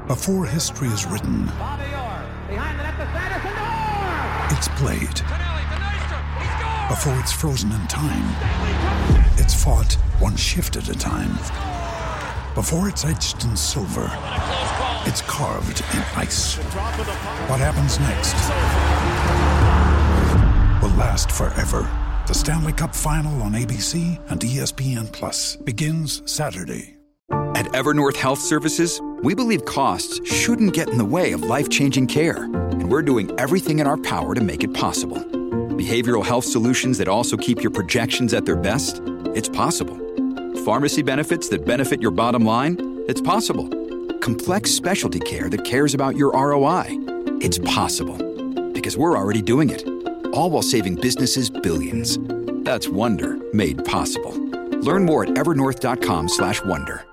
Before history is written, it's played. Before it's frozen in time, it's fought one shift at a time. Before it's etched in silver, it's carved in ice. What happens next will last forever. The Stanley Cup Final on ABC and ESPN Plus begins Saturday. At Evernorth Health Services, we believe costs shouldn't get in the way of life-changing care, and we're doing everything in our power to make it possible. Behavioral health solutions that also keep your projections at their best? It's possible. Pharmacy benefits that benefit your bottom line? It's possible. Complex specialty care that cares about your ROI? It's possible. Because we're already doing it. All while saving businesses billions. That's Wonder made possible. Learn more at evernorth.com/wonder.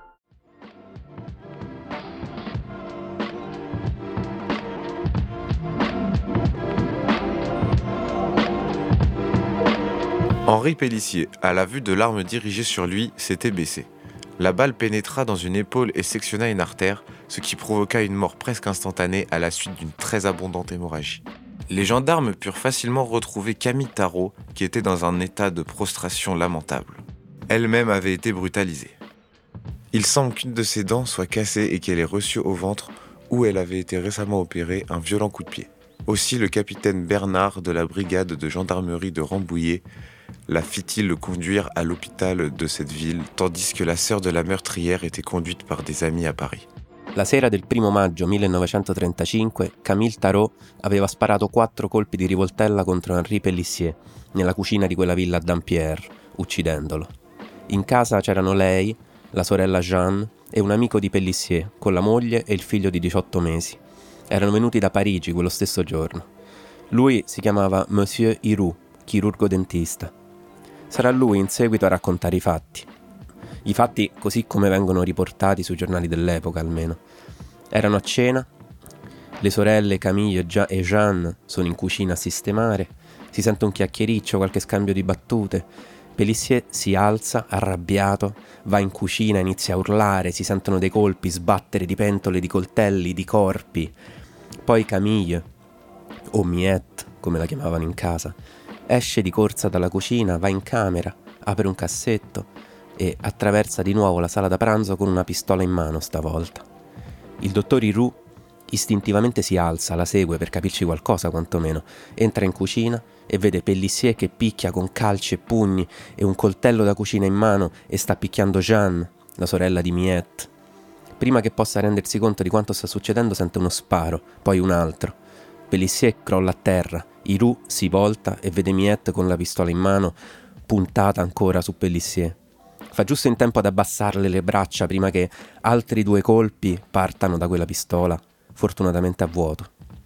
Henri Pélissier, à la vue de l'arme dirigée sur lui, s'était baissé. La balle pénétra dans une épaule et sectionna une artère, ce qui provoqua une mort presque instantanée à la suite d'une très abondante hémorragie. Les gendarmes purent facilement retrouver Camille Tarot, qui était dans un état de prostration lamentable. Elle-même avait été brutalisée. Il semble qu'une de ses dents soit cassée et qu'elle ait reçu au ventre, où elle avait été récemment opérée, un violent coup de pied. Aussi le capitaine Bernard de la brigade de gendarmerie de Rambouillet la fit-il conduire à l'hôpital de cette ville, tandis que la sœur de la meurtrière était conduite par des amis à Paris. La sera del 1 maggio 1935 Camille Tarot aveva sparato 4 colpi di rivoltella contro Henri Pélissier nella cucina di quella villa a Dampierre, uccidendolo. In casa c'erano lei, la sorella Jeanne e un amico di Pélissier con la moglie e il figlio di 18 mesi. Erano venuti da Parigi quello stesso giorno. Lui si chiamava Monsieur Hiroux, chirurgo dentista. Sarà lui in seguito a raccontare i fatti. I fatti così come vengono riportati sui giornali dell'epoca almeno. Erano a cena, le sorelle Camille e Jeanne sono in cucina a sistemare, si sente un chiacchiericcio, qualche scambio di battute. Pélissier si alza, arrabbiato, va in cucina, inizia a urlare, si sentono dei colpi, sbattere di pentole, di coltelli, di corpi. Poi Camille, o Miette, come la chiamavano in casa, esce di corsa dalla cucina, va in camera, apre un cassetto e attraversa di nuovo la sala da pranzo con una pistola in mano stavolta. Il dottor Hiroux istintivamente si alza, la segue per capirci qualcosa quantomeno, entra in cucina e vede Pélissier che picchia con calci e pugni e un coltello da cucina in mano e sta picchiando Jeanne, la sorella di Miette. Prima che possa rendersi conto di quanto sta succedendo sente uno sparo, poi un altro. Pélissier crolla a terra, Hiroux si volta e vede Miette con la pistola in mano, puntata ancora su Pélissier. Fa giusto in tempo ad abbassarle le braccia prima che altri 2 colpi partano da quella pistola, fortunatamente a vuoto.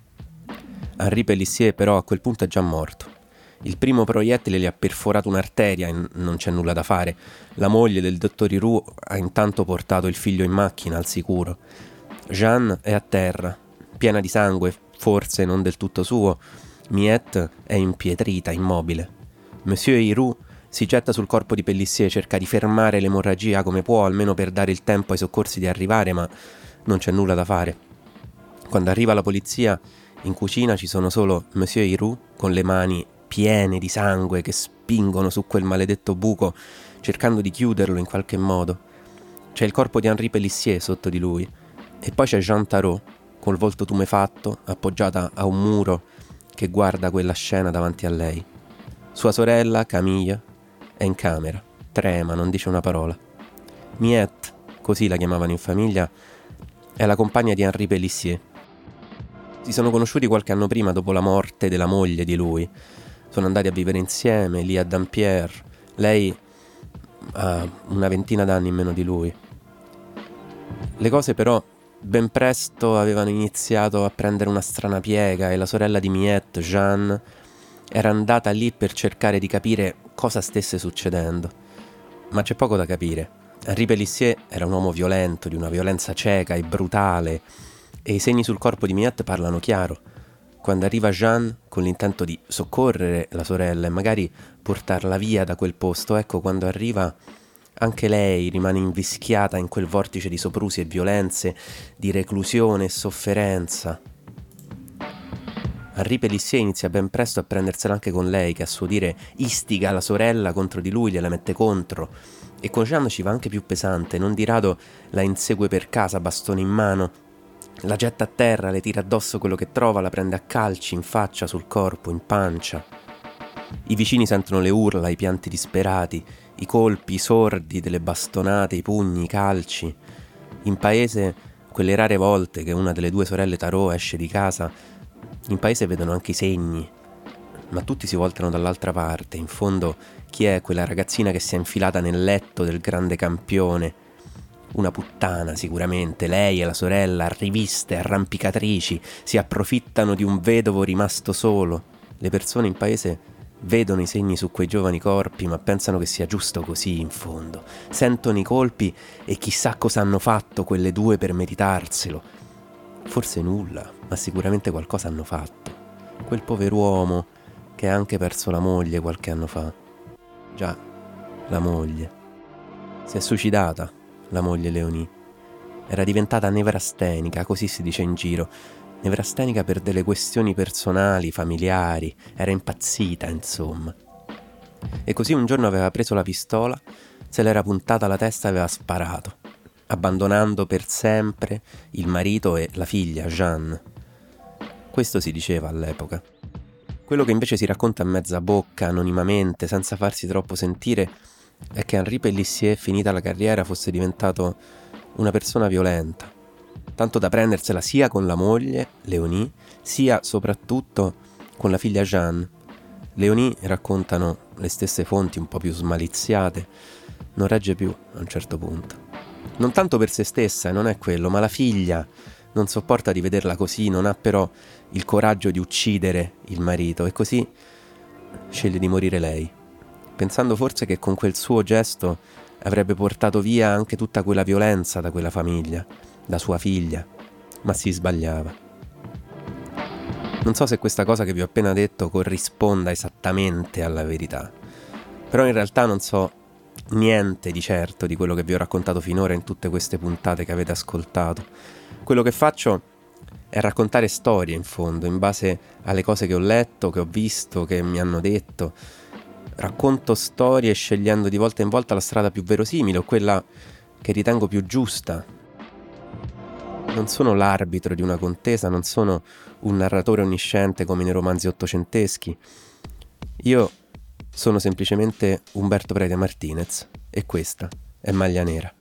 Henri Pélissier però a quel punto è già morto. Il primo proiettile gli ha perforato un'arteria e non c'è nulla da fare. La moglie del dottor Hiroux ha intanto portato il figlio in macchina al sicuro. Jeanne è a terra, piena di sangue, forse non del tutto suo. Miette è impietrita, immobile. Monsieur Hiroux si getta sul corpo di Pélissier, cerca di fermare l'emorragia come può, almeno per dare il tempo ai soccorsi di arrivare, ma non c'è nulla da fare. Quando arriva la polizia, in cucina ci sono solo Monsieur Hiroux con le mani piene di sangue che spingono su quel maledetto buco, cercando di chiuderlo in qualche modo. C'è il corpo di Henri Pélissier sotto di lui, e poi c'è Jeanne Tarot, col volto tumefatto, appoggiata a un muro, che guarda quella scena davanti a lei. Sua sorella, Camille, è in camera, trema, non dice una parola. Miette, così la chiamavano in famiglia, è la compagna di Henri Pélissier. Si sono conosciuti qualche anno prima, dopo la morte della moglie di lui. Sono andati a vivere insieme, lì a Dampierre. Lei ha una ventina d'anni in meno di lui. Le cose però ben presto avevano iniziato a prendere una strana piega e la sorella di Miette, Jeanne, era andata lì per cercare di capire cosa stesse succedendo. Ma c'è poco da capire. Henri Pélissier era un uomo violento, di una violenza cieca e brutale, e i segni sul corpo di Miette parlano chiaro. Quando arriva Jeanne con l'intento di soccorrere la sorella e magari portarla via da quel posto, ecco, quando arriva Anche lei rimane invischiata in quel vortice di soprusi e violenze, di reclusione e sofferenza. Henri Pélissier inizia ben presto a prendersela anche con lei, che a suo dire istiga la sorella contro di lui, gliela mette contro. E con Jeanne ci va anche più pesante, non di rado la insegue per casa, bastone in mano, la getta a terra, le tira addosso quello che trova, la prende a calci, in faccia, sul corpo, in pancia. I vicini sentono le urla, i pianti disperati, i colpi, i sordi delle bastonate, i pugni, i calci. In paese, quelle rare volte che una delle due sorelle Tarot esce di casa, in paese vedono anche i segni, ma tutti si voltano dall'altra parte. In fondo, chi è quella ragazzina che si è infilata nel letto del grande campione? Una puttana sicuramente, lei e la sorella, riviste, arrampicatrici, si approfittano di un vedovo rimasto solo. Le persone in paese vedono i segni su quei giovani corpi, ma pensano che sia giusto così in fondo. Sentono i colpi e chissà cosa hanno fatto quelle due per meritarselo. Forse nulla, ma sicuramente qualcosa hanno fatto. Quel pover'uomo che ha anche perso la moglie qualche anno fa. Già, la moglie. Si è suicidata, la moglie Léonie. Era diventata nevrastenica, così si dice in giro. Nevrastenica per delle questioni personali, familiari. Era impazzita, insomma. E così un giorno aveva preso la pistola, se l'era puntata alla testa e aveva sparato, abbandonando per sempre il marito e la figlia, Jeanne. Questo si diceva all'epoca. Quello che invece si racconta a mezza bocca, anonimamente, senza farsi troppo sentire, è che Henri Pélissier, finita la carriera, fosse diventato una persona violenta, tanto da prendersela sia con la moglie, Léonie, sia soprattutto con la figlia Jeanne. Léonie, raccontano le stesse fonti un po' più smaliziate, non regge più a un certo punto. Non tanto per se stessa, non è quello, ma la figlia non sopporta di vederla così, non ha però il coraggio di uccidere il marito e così sceglie di morire lei, pensando forse che con quel suo gesto avrebbe portato via anche tutta quella violenza da quella famiglia, da sua figlia, ma si sbagliava. Non so se questa cosa che vi ho appena detto corrisponda esattamente alla verità, però in realtà non so niente di certo di quello che vi ho raccontato finora in tutte queste puntate che avete ascoltato. Quello che faccio è raccontare storie, in fondo, in base alle cose che ho letto, che ho visto, che mi hanno detto. Racconto storie scegliendo di volta in volta la strada più verosimile o quella che ritengo più giusta. Non sono l'arbitro di una contesa, non sono un narratore onnisciente come nei romanzi ottocenteschi. Io sono semplicemente Umberto Prete Martinez e questa è Maglia Nera.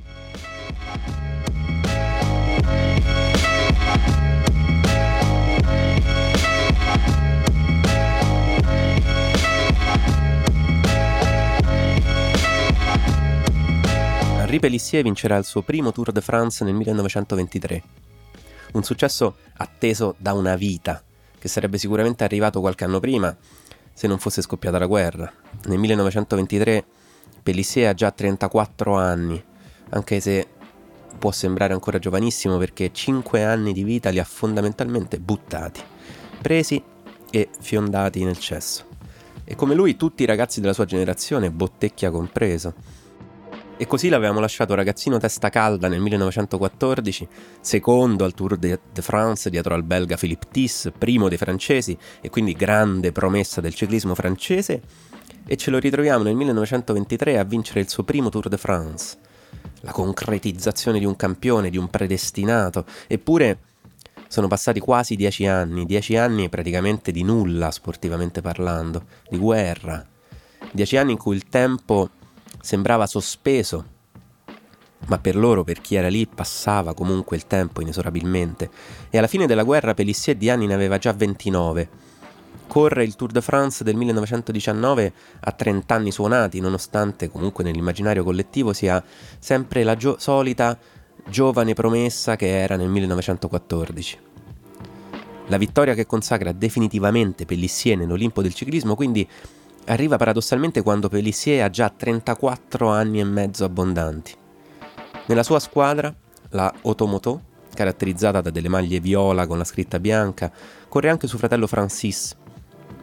Henri Pélissier vincerà il suo primo Tour de France nel 1923. Un successo atteso da una vita, che sarebbe sicuramente arrivato qualche anno prima se non fosse scoppiata la guerra. Nel 1923 Pélissier ha già 34 anni, anche se può sembrare ancora giovanissimo perché 5 anni di vita li ha fondamentalmente buttati, presi e fiondati nel cesso. E come lui tutti i ragazzi della sua generazione, Bottecchia compreso. E così l'avevamo lasciato ragazzino testa calda nel 1914, secondo al Tour de France dietro al belga Philippe Thys, primo dei francesi e quindi grande promessa del ciclismo francese, e ce lo ritroviamo nel 1923 a vincere il suo primo Tour de France. La concretizzazione di un campione, di un predestinato. Eppure sono passati quasi 10 anni praticamente di nulla sportivamente parlando, di guerra. 10 anni in cui il tempo sembrava sospeso, ma per loro, per chi era lì, passava comunque il tempo inesorabilmente. E alla fine della guerra Pélissier di anni ne aveva già 29. Corre il Tour de France del 1919 a 30 anni suonati, nonostante comunque nell'immaginario collettivo sia sempre la solita giovane promessa che era nel 1914. La vittoria che consacra definitivamente Pélissier nell'Olimpo del ciclismo quindi arriva paradossalmente quando Pélissier ha già 34 anni e mezzo abbondanti. Nella sua squadra, la Automoto, caratterizzata da delle maglie viola con la scritta bianca, corre anche suo fratello Francis.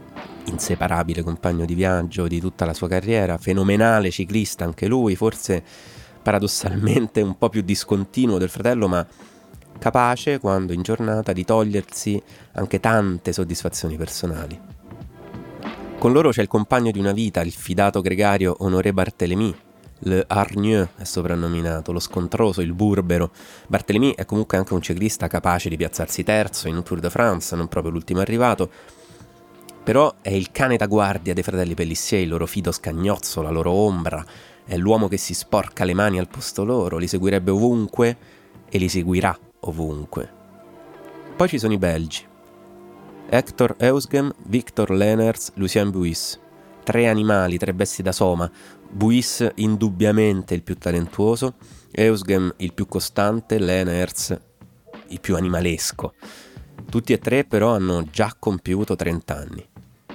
inseparabile compagno di viaggio di tutta la sua carriera, fenomenale ciclista anche lui, forse paradossalmente un po' più discontinuo del fratello, ma capace, quando in giornata, di togliersi anche tante soddisfazioni personali. Con loro c'è il compagno di una vita, il fidato gregario Honoré Barthélemy. Le Hargneux è soprannominato, lo scontroso, il burbero. Barthélemy è comunque anche un ciclista capace di piazzarsi terzo in un Tour de France, non proprio l'ultimo arrivato, però è il cane da guardia dei fratelli Pélissier, il loro fido scagnozzo, la loro ombra, è l'uomo che si sporca le mani al posto loro, li seguirebbe ovunque e li seguirà ovunque. Poi ci sono i belgi, Hector Eusgem, Victor Leeners, Lucien Buys. 3 animali, 3 bestie da soma. Buys indubbiamente il più talentuoso, Eusgem il più costante, Leeners il più animalesco. Tutti e 3 però hanno già compiuto 30 anni.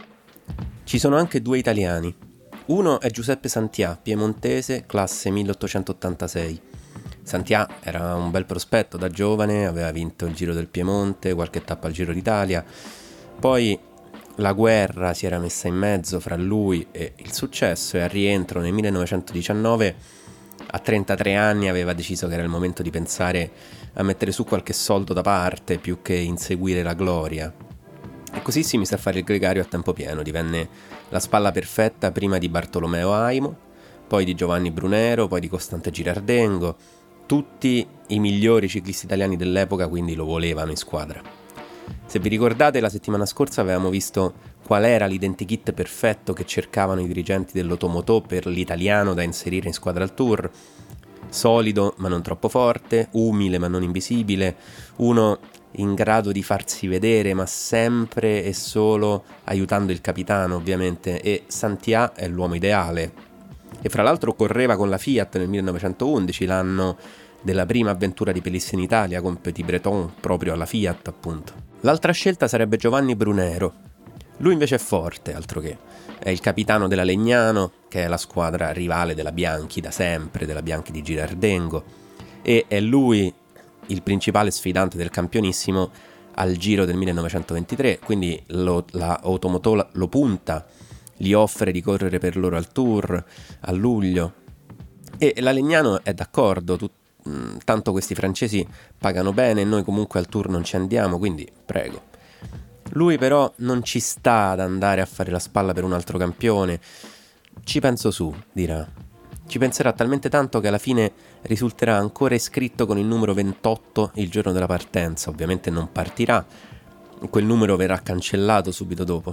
Ci sono anche 2 italiani. Uno è Giuseppe Santià, piemontese, classe 1886. Santià era un bel prospetto da giovane, aveva vinto il Giro del Piemonte, qualche tappa al Giro d'Italia. Poi la guerra si era messa in mezzo fra lui e il successo e al rientro nel 1919, a 33 anni, aveva deciso che era il momento di pensare a mettere su qualche soldo da parte più che inseguire la gloria. E così si mise a fare il gregario a tempo pieno, divenne la spalla perfetta prima di Bartolomeo Aimo, poi di Giovanni Brunero, poi di Costante Girardengo. Tutti i migliori ciclisti italiani dell'epoca quindi lo volevano in squadra. Se vi ricordate, la settimana scorsa avevamo visto qual era l'identikit perfetto che cercavano i dirigenti dell'Automoto per l'italiano da inserire in squadra al Tour. Solido ma non troppo forte, umile ma non invisibile, uno in grado di farsi vedere ma sempre e solo aiutando il capitano ovviamente, e Santià è l'uomo ideale. E fra l'altro correva con la Fiat nel 1911, l'anno della prima avventura di Pélissier in Italia con Petit Breton, proprio alla Fiat appunto. L'altra scelta sarebbe Giovanni Brunero. Lui invece è forte, altro che. È il capitano della Legnano, che è la squadra rivale della Bianchi da sempre, della Bianchi di Girardengo, e è lui il principale sfidante del campionissimo al Giro del 1923, quindi la Automoto lo punta, gli offre di correre per loro al Tour a luglio, e la Legnano è d'accordo, tanto questi francesi pagano bene e noi comunque al Tour non ci andiamo, quindi prego. Lui però non ci sta ad andare a fare la spalla per un altro campione. Ci penso su, dirà. Ci penserà talmente tanto che alla fine risulterà ancora iscritto con il numero 28 il giorno della partenza. Ovviamente non partirà, quel numero verrà cancellato subito dopo.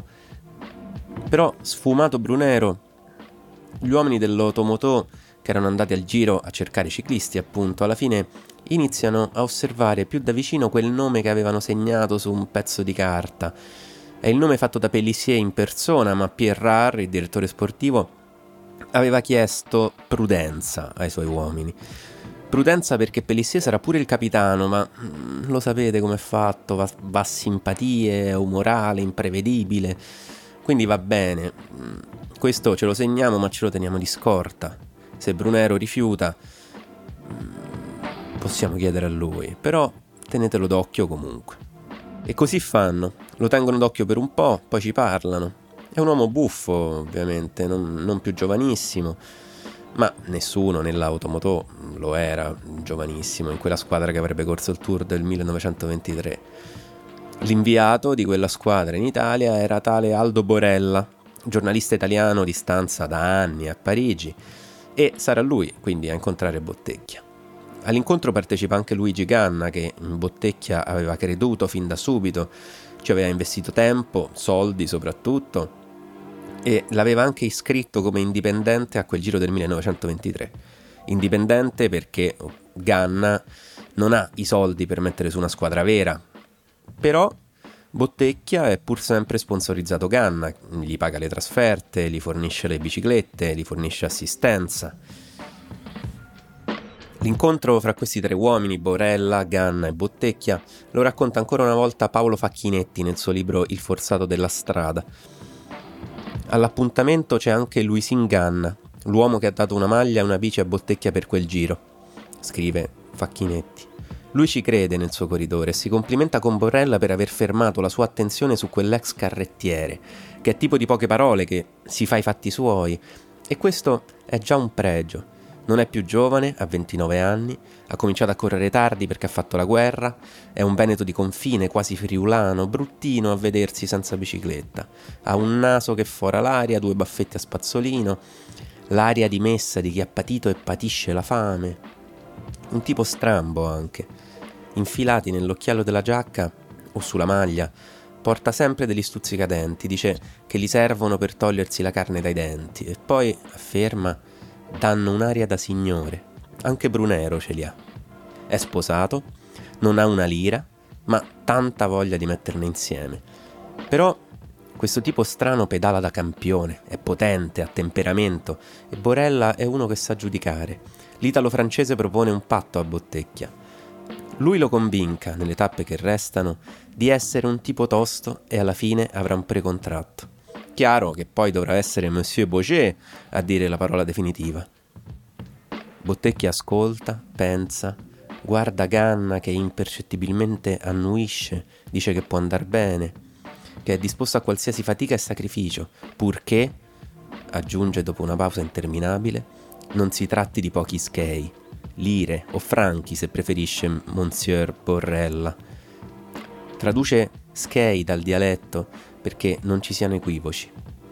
Però, sfumato Brunero, gli uomini dell'Automoto che erano andati al Giro a cercare i ciclisti, appunto, alla fine iniziano a osservare più da vicino quel nome che avevano segnato su un pezzo di carta. È il nome fatto da Pélissier in persona, ma Pierre Rare, il direttore sportivo, aveva chiesto prudenza ai suoi uomini. Prudenza perché Pélissier sarà pure il capitano, ma lo sapete com'è fatto, va a simpatie, è umorale, imprevedibile, quindi va bene. Questo ce lo segniamo, ma ce lo teniamo di scorta. Se Brunero rifiuta, possiamo chiedere a lui, però tenetelo d'occhio comunque. E così fanno, lo tengono d'occhio per un po', poi ci parlano. È un uomo buffo, ovviamente, non più giovanissimo, ma nessuno nell'Automoto lo era giovanissimo in quella squadra che avrebbe corso il Tour del 1923. L'inviato di quella squadra in Italia era tale Aldo Borella, giornalista italiano di stanza da anni a Parigi, e sarà lui quindi a incontrare Bottecchia. All'incontro partecipa anche Luigi Ganna, che in Bottecchia aveva creduto fin da subito, ci aveva investito tempo, soldi soprattutto, e l'aveva anche iscritto come indipendente a quel Giro del 1923. Indipendente perché Ganna non ha i soldi per mettere su una squadra vera, però Bottecchia è pur sempre sponsorizzato Ganna, gli paga le trasferte, gli fornisce le biciclette, gli fornisce assistenza. L'incontro fra questi 3 uomini, Borella, Ganna e Bottecchia, lo racconta ancora una volta Paolo Facchinetti nel suo libro Il forzato della strada. All'appuntamento c'è anche Luisin Ganna, l'uomo che ha dato una maglia e una bici a Bottecchia per quel giro, scrive Facchinetti. Lui ci crede nel suo corridore e si complimenta con Borrella per aver fermato la sua attenzione su quell'ex carrettiere, che è tipo di poche parole, che si fa i fatti suoi, e questo è già un pregio. Non è più giovane, ha 29 anni, ha cominciato a correre tardi perché ha fatto la guerra, è un veneto di confine, quasi friulano, bruttino a vedersi senza bicicletta. Ha un naso che fora l'aria, 2 baffetti a spazzolino, l'aria dimessa di chi ha patito e patisce la fame. Un tipo strambo anche. Infilati nell'occhiello della giacca o sulla maglia, porta sempre degli stuzzicadenti, dice che li servono per togliersi la carne dai denti e poi afferma: danno un'aria da signore. Anche Brunero ce li ha. È sposato, non ha una lira, ma tanta voglia di metterne insieme. Però questo tipo strano pedala da campione, è potente, ha temperamento, e Borrella è uno che sa giudicare. L'italo-francese propone un patto a Bottecchia. Lui lo convinca, nelle tappe che restano, di essere un tipo tosto e alla fine avrà un precontratto. Chiaro che poi dovrà essere Monsieur Boger a dire la parola definitiva. Bottecchia ascolta, pensa, guarda Ganna che impercettibilmente annuisce, dice che può andar bene, che è disposto a qualsiasi fatica e sacrificio, purché, aggiunge dopo una pausa interminabile, non si tratti di pochi schei, lire o franchi se preferisce Monsieur Borrella. Traduce schei dal dialetto perché non ci siano equivoci.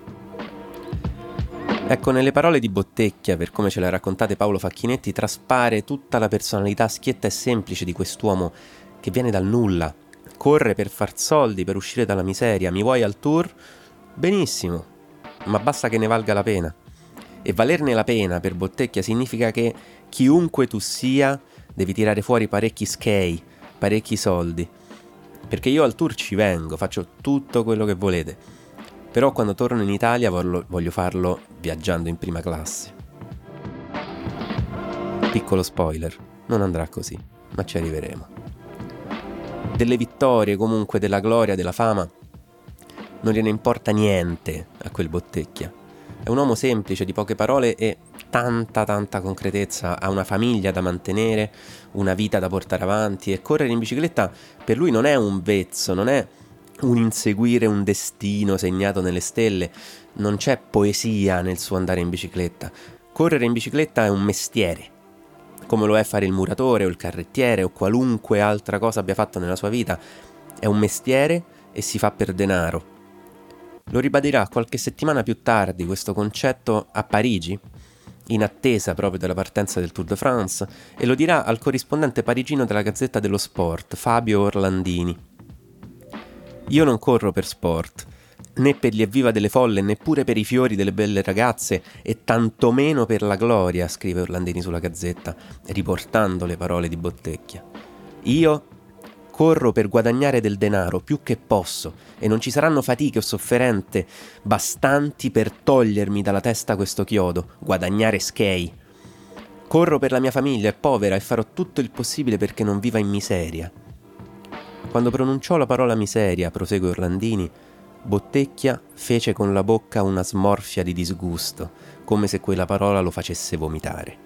Ecco, nelle parole di Bottecchia, per come ce le ha raccontate Paolo Facchinetti, traspare tutta la personalità schietta e semplice di quest'uomo che viene dal nulla, corre per far soldi, per uscire dalla miseria. Mi vuoi al tour? Benissimo, ma basta che ne valga la pena. E valerne la pena per Bottecchia significa che chiunque tu sia devi tirare fuori parecchi schei, parecchi soldi. Perché io al tour ci vengo, faccio tutto quello che volete, però quando torno in Italia voglio farlo viaggiando in prima classe. Piccolo spoiler, non andrà così, ma ci arriveremo. Delle vittorie, comunque della gloria, della fama, non gliene importa niente a quel Bottecchia. È un uomo semplice, di poche parole e tanta concretezza, ha una famiglia da mantenere, una vita da portare avanti, e correre in bicicletta per lui non è un vezzo, non è un inseguire un destino segnato nelle stelle, non c'è poesia nel suo andare in bicicletta. Correre in bicicletta è un mestiere, come lo è fare il muratore o il carrettiere o qualunque altra cosa abbia fatto nella sua vita. È un mestiere e si fa per denaro. Lo ribadirà qualche settimana più tardi questo concetto a Parigi, in attesa proprio della partenza del Tour de France, e lo dirà al corrispondente parigino della Gazzetta dello Sport, Fabio Orlandini. Io non corro per sport, né per gli evviva delle folle, neppure per i fiori delle belle ragazze, e tantomeno per la gloria, scrive Orlandini sulla Gazzetta, riportando le parole di Bottecchia. Io corro per guadagnare del denaro più che posso, e non ci saranno fatiche o sofferenze bastanti per togliermi dalla testa questo chiodo, guadagnare schei. Corro per la mia famiglia, è povera, e farò tutto il possibile perché non viva in miseria. Quando pronunciò la parola miseria, prosegue Orlandini, Bottecchia fece con la bocca una smorfia di disgusto, come se quella parola lo facesse vomitare.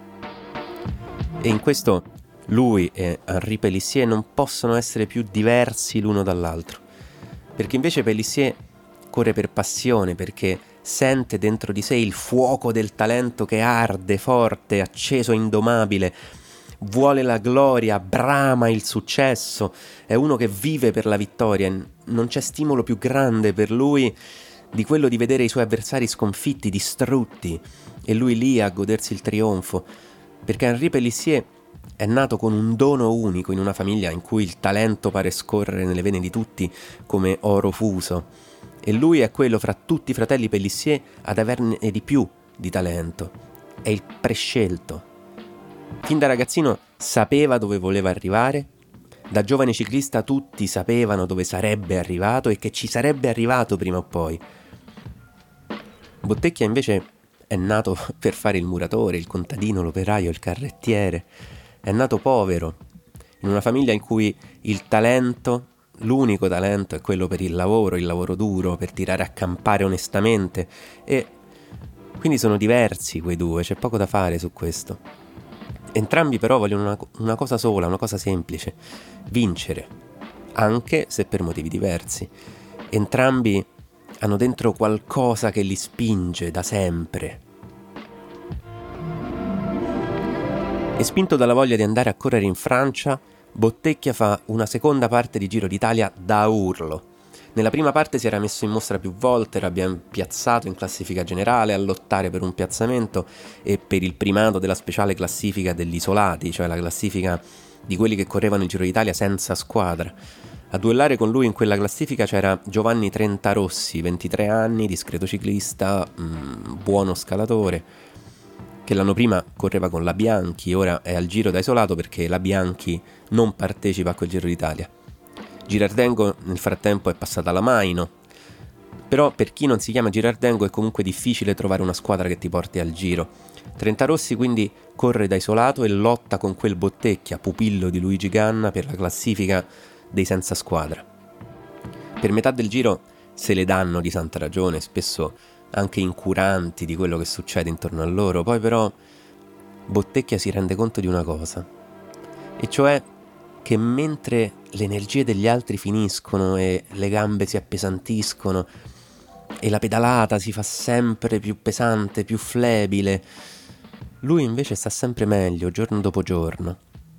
E in questo lui e Henri Pélissier non possono essere più diversi l'uno dall'altro, perché invece Pélissier corre per passione, perché sente dentro di sé il fuoco del talento che arde forte, acceso, indomabile, vuole la gloria, brama il successo, è uno che vive per la vittoria. Non c'è stimolo più grande per lui di quello di vedere i suoi avversari sconfitti, distrutti, e lui lì a godersi il trionfo, perché Henri Pélissier è nato con un dono unico in una famiglia in cui il talento pare scorrere nelle vene di tutti come oro fuso, e lui è quello fra tutti i fratelli Pélissier ad averne di più di talento. È il prescelto. Fin da ragazzino sapeva dove voleva arrivare, da giovane ciclista tutti sapevano dove sarebbe arrivato e che ci sarebbe arrivato prima o poi. Bottecchia invece è nato per fare il muratore, il contadino, l'operaio, il carrettiere. È nato povero, in una famiglia in cui il talento, l'unico talento, è quello per il lavoro duro, per tirare a campare onestamente, e quindi sono diversi quei due, c'è poco da fare su questo. Entrambi però vogliono una cosa sola, una cosa semplice: vincere, anche se per motivi diversi. Entrambi hanno dentro qualcosa che li spinge da sempre. E spinto dalla voglia di andare a correre in Francia, Bottecchia fa una seconda parte di Giro d'Italia da urlo. Nella prima parte si era messo in mostra più volte, era ben piazzato in classifica generale, a lottare per un piazzamento e per il primato della speciale classifica degli isolati, cioè la classifica di quelli che correvano il Giro d'Italia senza squadra. A duellare con lui in quella classifica c'era Giovanni Trentarossi, 23 anni, discreto ciclista, buono scalatore, che l'anno prima correva con la Bianchi, ora è al Giro da isolato perché la Bianchi non partecipa a quel Giro d'Italia. Girardengo nel frattempo è passata alla Maino, però per chi non si chiama Girardengo è comunque difficile trovare una squadra che ti porti al Giro. Trentarossi quindi corre da isolato e lotta con quel Bottecchia, pupillo di Luigi Ganna, per la classifica dei senza squadra. Per metà del Giro se le danno di santa ragione, spesso anche incuranti di quello che succede intorno a loro. Poi però Bottecchia si rende conto di una cosa, e cioè che mentre le energie degli altri finiscono e le gambe si appesantiscono e la pedalata si fa sempre più pesante, più flebile, lui invece sta sempre meglio, giorno dopo giorno.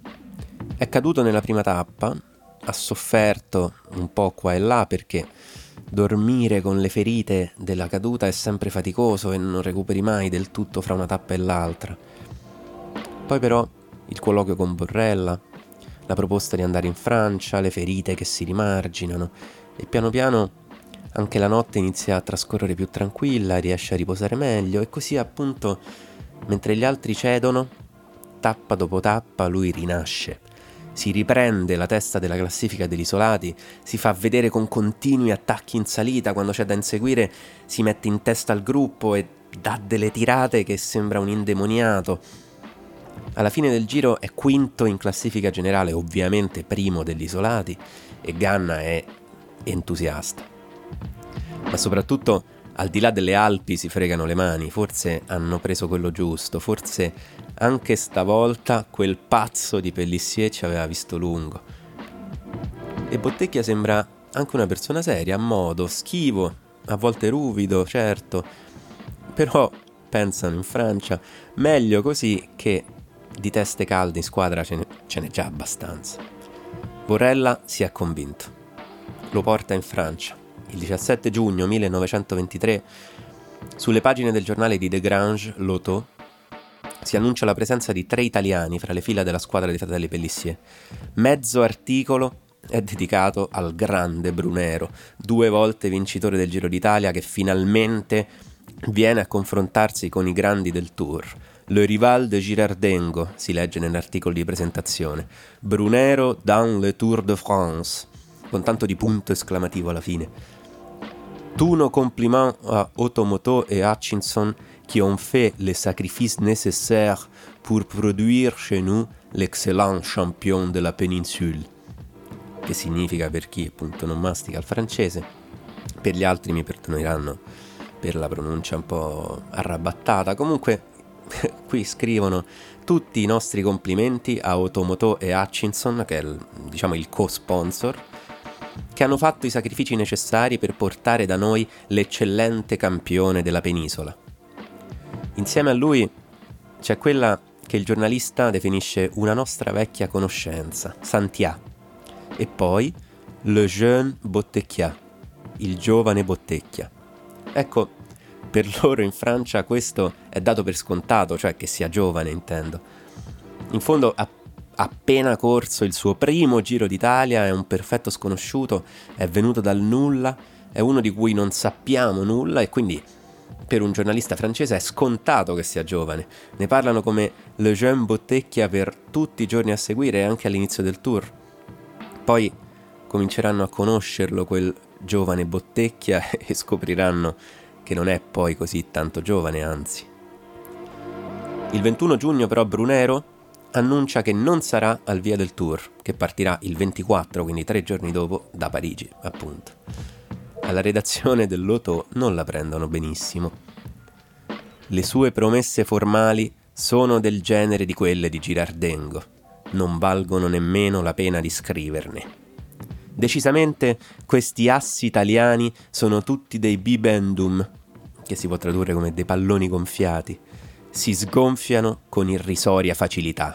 È caduto nella prima tappa, ha sofferto un po' qua e là perché dormire con le ferite della caduta è sempre faticoso e non recuperi mai del tutto fra una tappa e l'altra. Poi però il colloquio con Borrella, la proposta di andare in Francia, le ferite che si rimarginano e piano piano anche la notte inizia a trascorrere più tranquilla, riesce a riposare meglio e così appunto mentre gli altri cedono, tappa dopo tappa lui rinasce, si riprende la testa della classifica degli isolati, si fa vedere con continui attacchi in salita, quando c'è da inseguire si mette in testa al gruppo e dà delle tirate che sembra un indemoniato. Alla fine del Giro è quinto in classifica generale, ovviamente primo degli isolati, e Ganna è entusiasta. Ma soprattutto, al di là delle Alpi si fregano le mani, forse hanno preso quello giusto, forse anche stavolta quel pazzo di Pélissier ci aveva visto lungo. E Bottecchia sembra anche una persona seria, a modo, schivo, a volte ruvido, certo, però, pensano in Francia, meglio così che di teste calde in squadra ce n'è già abbastanza. Borrella si è convinto. Lo porta in Francia. Il 17 giugno 1923, sulle pagine del giornale di Desgranges, L'Auto, si annuncia la presenza di 3 italiani fra le fila della squadra dei fratelli Pélissier. Mezzo articolo è dedicato al grande Brunero, 2 volte vincitore del Giro d'Italia, che finalmente viene a confrontarsi con i grandi del Tour. Le rival de Girardengo, si legge nell'articolo di presentazione. Brunero dans le Tour de France, con tanto di punto esclamativo alla fine. Tous nos compliments à Automoto et Hutchinson qui ont fait les sacrifices nécessaires pour produire chez nous l'excellent champion de la péninsule. Che significa, per chi appunto non mastica il francese, per gli altri mi perdoneranno per la pronuncia un po' arrabattata, comunque qui scrivono tutti i nostri complimenti a Automoto e Hutchinson, che è il co-sponsor, che hanno fatto i sacrifici necessari per portare da noi l'eccellente campione della penisola. Insieme a lui c'è quella che il giornalista definisce una nostra vecchia conoscenza, Santià, e poi le jeune Bottecchia, il giovane Bottecchia. Ecco, per loro in Francia questo è dato per scontato, cioè che sia giovane, intendo. In fondo ha appena corso il suo primo Giro d'Italia, è un perfetto sconosciuto, è venuto dal nulla, è uno di cui non sappiamo nulla e quindi per un giornalista francese è scontato che sia giovane. Ne parlano come le jeune Bottecchia per tutti i giorni a seguire e anche all'inizio del Tour. Poi cominceranno a conoscerlo quel giovane Bottecchia e scopriranno che non è poi così tanto giovane, anzi. Il 21 giugno però Brunero annuncia che non sarà al Via del Tour, che partirà il 24, quindi 3 giorni dopo, da Parigi, appunto. Alla redazione dell'Auto non la prendono benissimo. Le sue promesse formali sono del genere di quelle di Girardengo, non valgono nemmeno la pena di scriverne. Decisamente questi assi italiani sono tutti dei bibendum, che si può tradurre come dei palloni gonfiati, si sgonfiano con irrisoria facilità.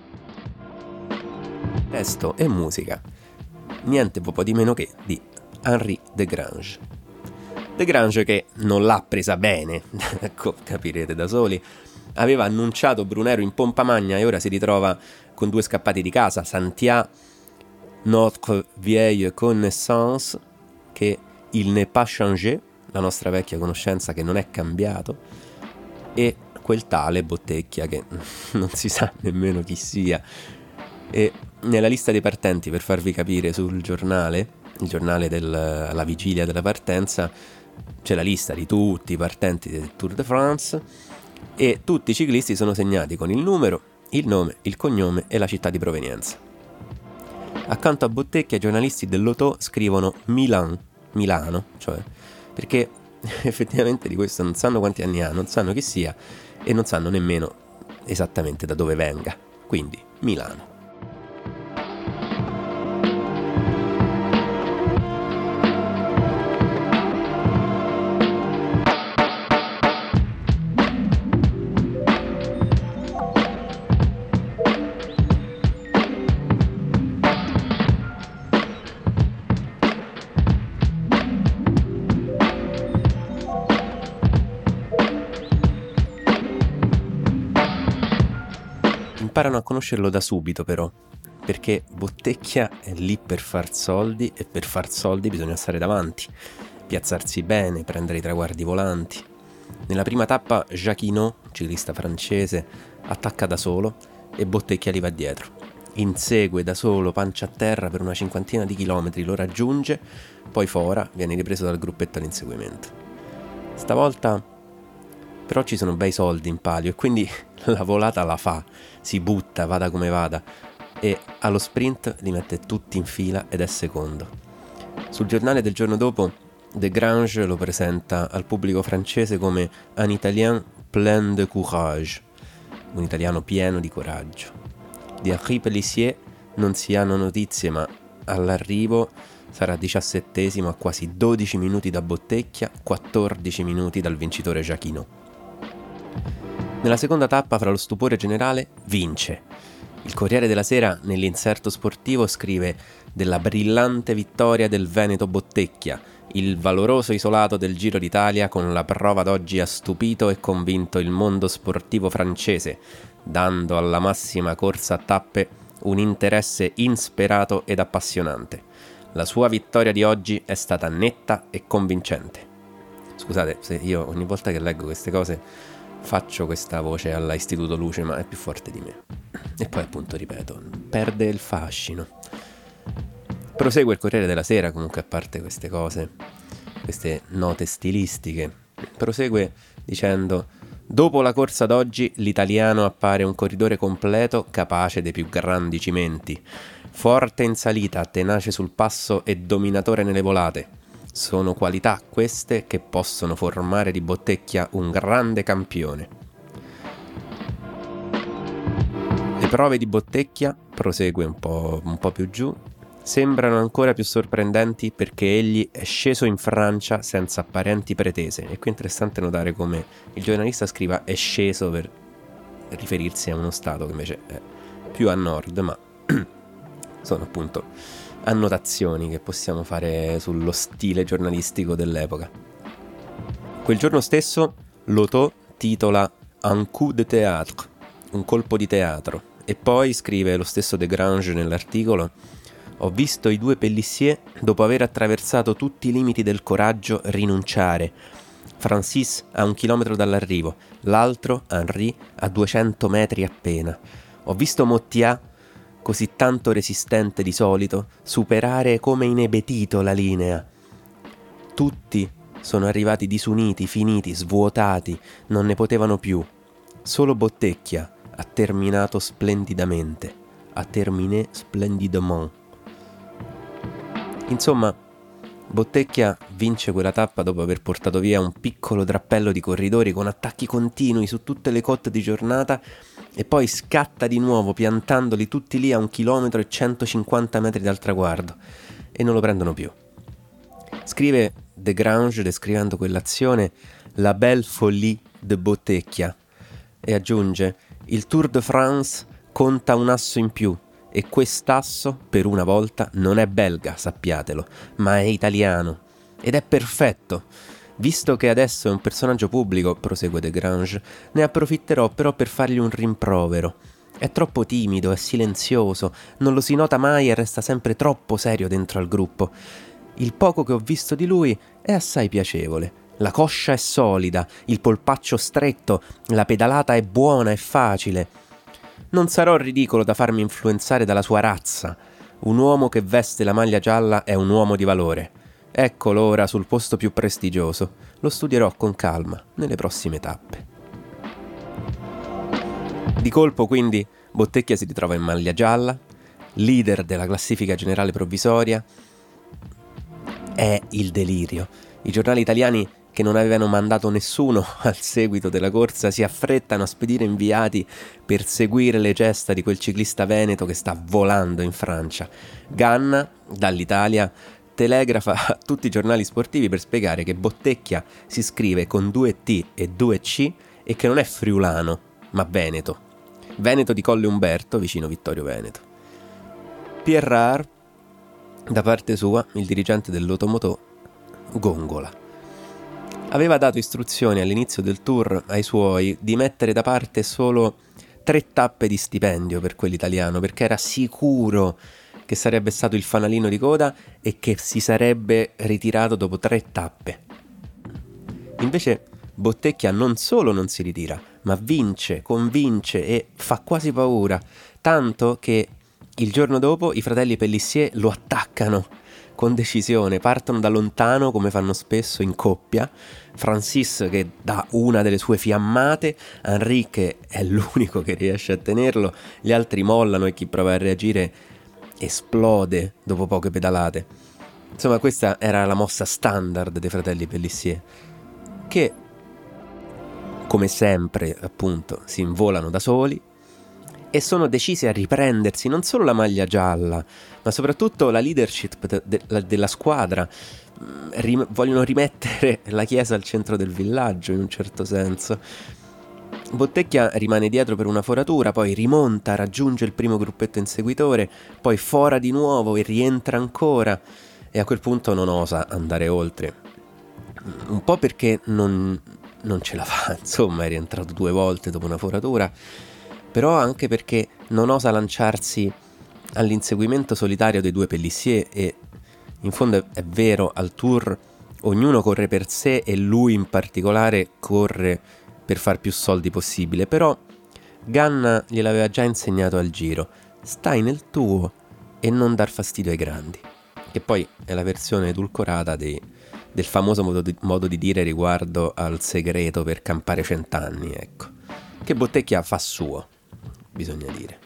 Testo e musica, niente po' di meno che di Henri Desgrange. Desgrange, che non l'ha presa bene, ecco, capirete da soli, aveva annunciato Brunero in pompa magna e ora si ritrova con 2 scappati di casa, Santia, notre vieille connaissance, che il n'est pas changé, la nostra vecchia conoscenza che non è cambiato, e quel tale Bottecchia che non si sa nemmeno chi sia. E nella lista dei partenti, per farvi capire, sul giornale, il giornale alla vigilia della partenza, c'è la lista di tutti i partenti del Tour de France e tutti i ciclisti sono segnati con il numero, il nome, il cognome e la città di provenienza. Accanto a Bottecchia i giornalisti dell'Auto scrivono Milano, cioè perché effettivamente di questo non sanno quanti anni ha, non sanno chi sia e non sanno nemmeno esattamente da dove venga, quindi Milano. Imparano a conoscerlo da subito però, perché Bottecchia è lì per far soldi e per far soldi bisogna stare davanti, piazzarsi bene, prendere i traguardi volanti. Nella prima tappa Jacquinot, ciclista francese, attacca da solo e Bottecchia gli va dietro. Insegue da solo, pancia a terra per una 50 di chilometri, lo raggiunge, poi fora, viene ripreso dal gruppetto all'inseguimento. Stavolta però ci sono bei soldi in palio e quindi la volata la fa, si butta, vada come vada, e allo sprint li mette tutti in fila ed è secondo. Sul giornale del giorno dopo Desgrange lo presenta al pubblico francese come un italien plein de courage, un italiano pieno di coraggio. Di Henri Pélissier non si hanno notizie, ma all'arrivo sarà 17esimo a quasi 12 minuti da Bottecchia, 14 minuti dal vincitore Jacquinot. Nella seconda tappa, fra lo stupore generale, vince. Il Corriere della Sera, nell'inserto sportivo, scrive della brillante vittoria del Veneto Bottecchia. Il valoroso isolato del Giro d'Italia con la prova d'oggi ha stupito e convinto il mondo sportivo francese, dando alla massima corsa a tappe un interesse insperato ed appassionante. La sua vittoria di oggi è stata netta e convincente. Scusate se io ogni volta che leggo queste cose faccio questa voce alla Istituto Luce, ma è più forte di me. E poi appunto, ripeto, perde il fascino. Prosegue il Corriere della Sera, comunque, a parte queste cose, queste note stilistiche, prosegue dicendo: dopo la corsa d'oggi l'italiano appare un corridore completo, capace dei più grandi cimenti, forte in salita, tenace sul passo e dominatore nelle volate. Sono qualità queste che possono formare di Bottecchia un grande campione. Le prove di Bottecchia, prosegue un po' più giù, sembrano ancora più sorprendenti perché egli è sceso in Francia senza apparenti pretese. E qui è interessante notare come il giornalista scriva è sceso per riferirsi a uno stato che invece è più a nord, ma sono appunto annotazioni che possiamo fare sullo stile giornalistico dell'epoca. Quel giorno stesso l'Auto titola Un coup de théâtre, un colpo di teatro, e poi scrive lo stesso Desgrange nell'articolo: ho visto i due Pélissier, dopo aver attraversato tutti i limiti del coraggio, rinunciare. Francis a 1 chilometro dall'arrivo, l'altro, Henri, a 200 metri appena. Ho visto Mottiat, così tanto resistente di solito, superare come inebetito la linea. Tutti sono arrivati disuniti, finiti, svuotati, non ne potevano più. Solo Bottecchia ha terminato splendidamente, ha terminé splendidement. Insomma, Bottecchia vince quella tappa dopo aver portato via un piccolo drappello di corridori con attacchi continui su tutte le cotte di giornata e poi scatta di nuovo piantandoli tutti lì a 1 chilometro e 150 metri dal traguardo e non lo prendono più. Scrive Desgrange descrivendo quell'azione la belle folie de Bottecchia e aggiunge: il Tour de France conta un asso in più e quest'asso, per una volta, non è belga, sappiatelo, ma è italiano. Ed è perfetto. Visto che adesso è un personaggio pubblico, prosegue Desgrange, ne approfitterò però per fargli un rimprovero. È troppo timido, è silenzioso, non lo si nota mai e resta sempre troppo serio dentro al gruppo. Il poco che ho visto di lui è assai piacevole. La coscia è solida, il polpaccio stretto, la pedalata è buona e facile. Non sarò ridicolo da farmi influenzare dalla sua razza. Un uomo che veste la maglia gialla è un uomo di valore. Eccolo ora sul posto più prestigioso. Lo studierò con calma nelle prossime tappe. Di colpo, quindi, Bottecchia si ritrova in maglia gialla, leader della classifica generale provvisoria. È il delirio. I giornali italiani, che non avevano mandato nessuno al seguito della corsa, si affrettano a spedire inviati per seguire le gesta di quel ciclista veneto che sta volando in Francia. Ganna, dall'Italia, telegrafa a tutti i giornali sportivi per spiegare che Bottecchia si scrive con 2 T e 2 C e che non è friulano, ma veneto. Veneto di Colle Umberto, vicino Vittorio Veneto. Pierre Rare, da parte sua, il dirigente dell'Automoto, gongola. Aveva dato istruzioni all'inizio del tour ai suoi di mettere da parte solo 3 tappe di stipendio per quell'italiano, perché era sicuro che sarebbe stato il fanalino di coda e che si sarebbe ritirato dopo 3 tappe. Invece Bottecchia non solo non si ritira, ma vince, convince e fa quasi paura, tanto che il giorno dopo i fratelli Pélissier lo attaccano con decisione, partono da lontano come fanno spesso in coppia. Francis che dà una delle sue fiammate, Enrique è l'unico che riesce a tenerlo, gli altri mollano e chi prova a reagire esplode dopo poche pedalate. Insomma, questa era la mossa standard dei fratelli Pélissier, che come sempre appunto si involano da soli e sono decisi a riprendersi non solo la maglia gialla, ma soprattutto la leadership della squadra. Vogliono rimettere la chiesa al centro del villaggio, in un certo senso. Bottecchia rimane dietro per una foratura, poi rimonta, raggiunge il primo gruppetto inseguitore, poi fora di nuovo e rientra ancora, e a quel punto non osa andare oltre. Un po' perché non ce la fa, insomma, è rientrato 2 volte dopo una foratura, però anche perché non osa lanciarsi all'inseguimento solitario dei 2 Pélissier e in fondo è vero, al tour ognuno corre per sé e lui in particolare corre per far più soldi possibile, però Ganna gliel'aveva già insegnato al Giro: stai nel tuo e non dar fastidio ai grandi, che poi è la versione edulcorata del famoso modo di dire riguardo al segreto per campare 100 anni, ecco, che Bottecchia fa suo, bisogna dire.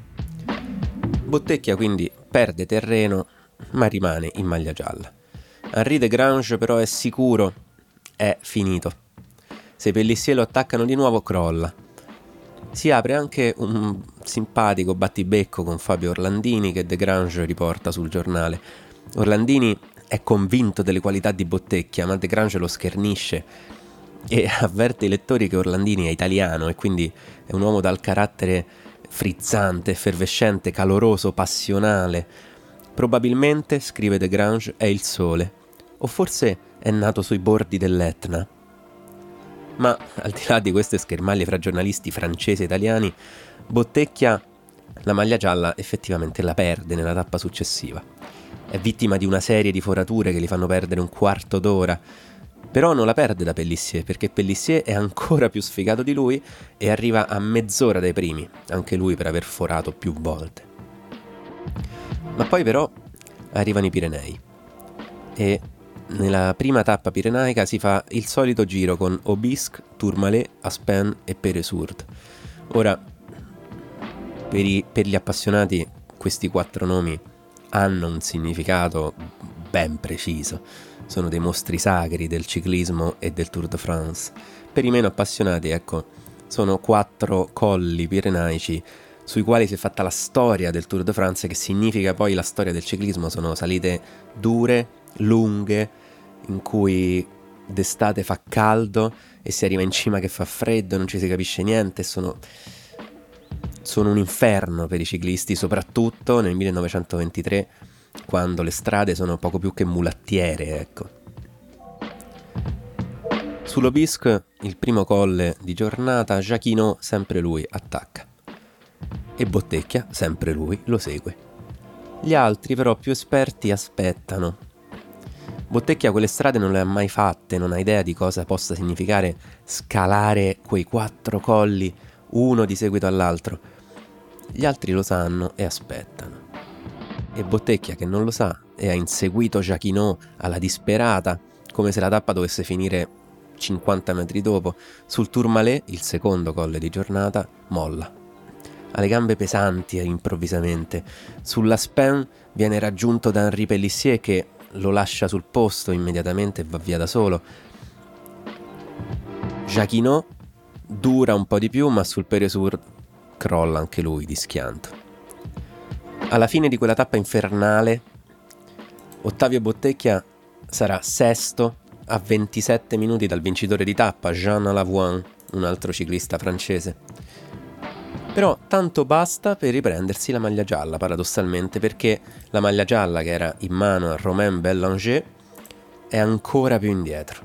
Bottecchia quindi perde terreno ma rimane in maglia gialla. Henri Desgrange però è sicuro, è finito. Se i Pélissier lo attaccano di nuovo crolla. Si apre anche un simpatico battibecco con Fabio Orlandini che Desgrange riporta sul giornale. Orlandini è convinto delle qualità di Bottecchia, ma Desgrange lo schernisce e avverte i lettori che Orlandini è italiano e quindi è un uomo dal carattere frizzante, effervescente, caloroso, passionale. Probabilmente, scrive Desgrange, è il sole, o forse è nato sui bordi dell'Etna. Ma al di là di queste schermaglie fra giornalisti francesi e italiani, Bottecchia la maglia gialla effettivamente la perde nella tappa successiva. È vittima di una serie di forature che gli fanno perdere un quarto d'ora, però non la perde da Pélissier, perché Pélissier è ancora più sfigato di lui e arriva a mezz'ora dai primi, anche lui per aver forato più volte. Ma poi però arrivano i Pirenei e nella prima tappa pirenaica si fa il solito giro con Aubisque, Tourmalet, Aspen e Peresurt. Ora, per gli appassionati questi 4 nomi hanno un significato ben preciso. Sono dei mostri sacri del ciclismo e del Tour de France. Per i meno appassionati, ecco, sono 4 colli pirenaici sui quali si è fatta la storia del Tour de France, che significa poi la storia del ciclismo. Sono salite dure, lunghe, in cui d'estate fa caldo e si arriva in cima che fa freddo, non ci si capisce niente, sono un inferno per i ciclisti, soprattutto nel 1923, quando le strade sono poco più che mulattiere, ecco. Sull'Aubisque, il primo colle di giornata, Jacquinot, sempre lui, attacca. E Bottecchia, sempre lui, lo segue. Gli altri, però più esperti, aspettano. Bottecchia quelle strade non le ha mai fatte, non ha idea di cosa possa significare scalare quei 4 colli, uno di seguito all'altro. Gli altri lo sanno e aspettano. E Bottecchia, che non lo sa e ha inseguito Jacquinot alla disperata, come se la tappa dovesse finire 50 metri dopo, sul Tourmalet, il secondo colle di giornata, molla. Ha le gambe pesanti improvvisamente. Sulla Spen viene raggiunto da Henri Pélissier, che lo lascia sul posto immediatamente e va via da solo. Jacquinot dura un po' di più, ma sul Peresur crolla anche lui di schianto. Alla fine di quella tappa infernale, Ottavio Bottecchia sarà sesto a 27 minuti dal vincitore di tappa, Jean Lavoine, un altro ciclista francese. Però tanto basta per riprendersi la maglia gialla, paradossalmente, perché la maglia gialla che era in mano a Romain Bellanger è ancora più indietro.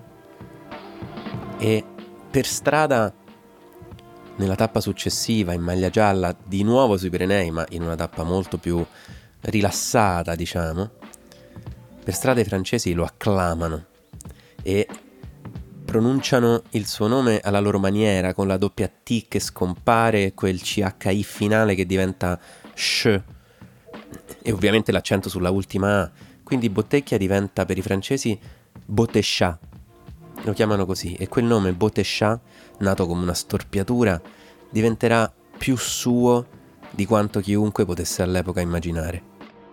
E per strada, nella tappa successiva, in maglia gialla, di nuovo sui Pirenei, ma in una tappa molto più rilassata, diciamo, per strada i francesi lo acclamano e pronunciano il suo nome alla loro maniera, con la doppia T che scompare e quel CHI finale che diventa SH, e ovviamente l'accento sulla ultima A. Quindi Bottecchia diventa per i francesi Bottechat, lo chiamano così, e quel nome Bottechat, nato come una storpiatura, diventerà più suo di quanto chiunque potesse all'epoca immaginare.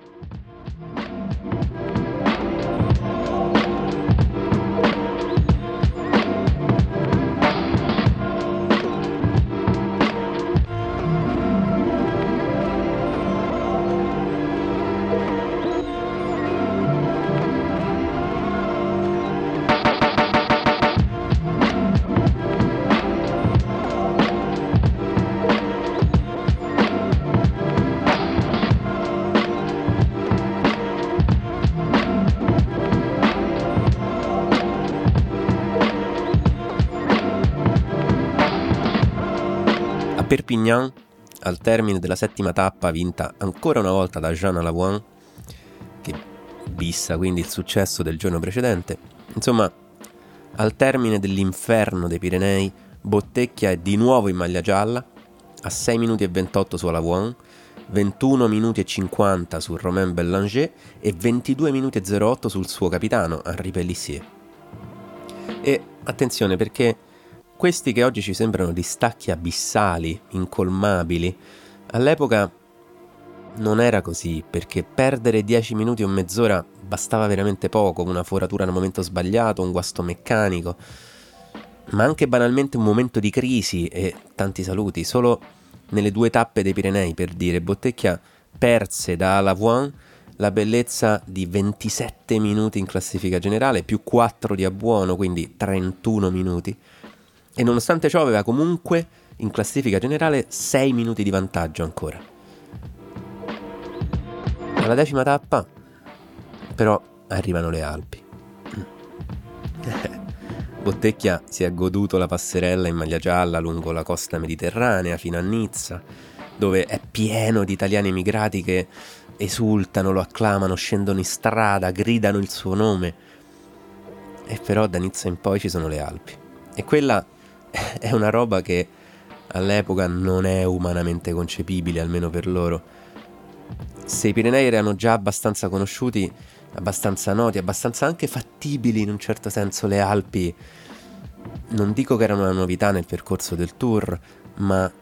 Perpignan, al termine della 7ª tappa, vinta ancora una volta da Jean Lavoine, che bissa quindi il successo del giorno precedente. Insomma, al termine dell'inferno dei Pirenei, Bottecchia è di nuovo in maglia gialla, a 6 minuti e 28 su Lavoine, 21 minuti e 50 su Romain Bellanger e 22 minuti e 08 sul suo capitano Henri Pélissier. E attenzione, perché questi che oggi ci sembrano distacchi abissali, incolmabili, all'epoca non era così, perché perdere 10 minuti o mezz'ora bastava veramente poco, una foratura al momento sbagliato, un guasto meccanico, ma anche banalmente un momento di crisi e tanti saluti. Solo nelle 2 tappe dei Pirenei, per dire, Bottecchia perse da Lavoine la bellezza di 27 minuti in classifica generale, più 4 di abbuono, quindi 31 minuti. E nonostante ciò aveva comunque in classifica generale 6 minuti di vantaggio ancora. Alla 10ª tappa però arrivano le Alpi. Bottecchia si è goduto la passerella in maglia gialla lungo la costa mediterranea fino a Nizza, dove è pieno di italiani emigrati che esultano, lo acclamano, scendono in strada, gridano il suo nome. E però da Nizza in poi ci sono le Alpi. E quella è una roba che all'epoca non è umanamente concepibile, almeno per loro. Se i Pirenei erano già abbastanza conosciuti, abbastanza noti, abbastanza anche fattibili in un certo senso, le Alpi non dico che erano una novità nel percorso del Tour, ma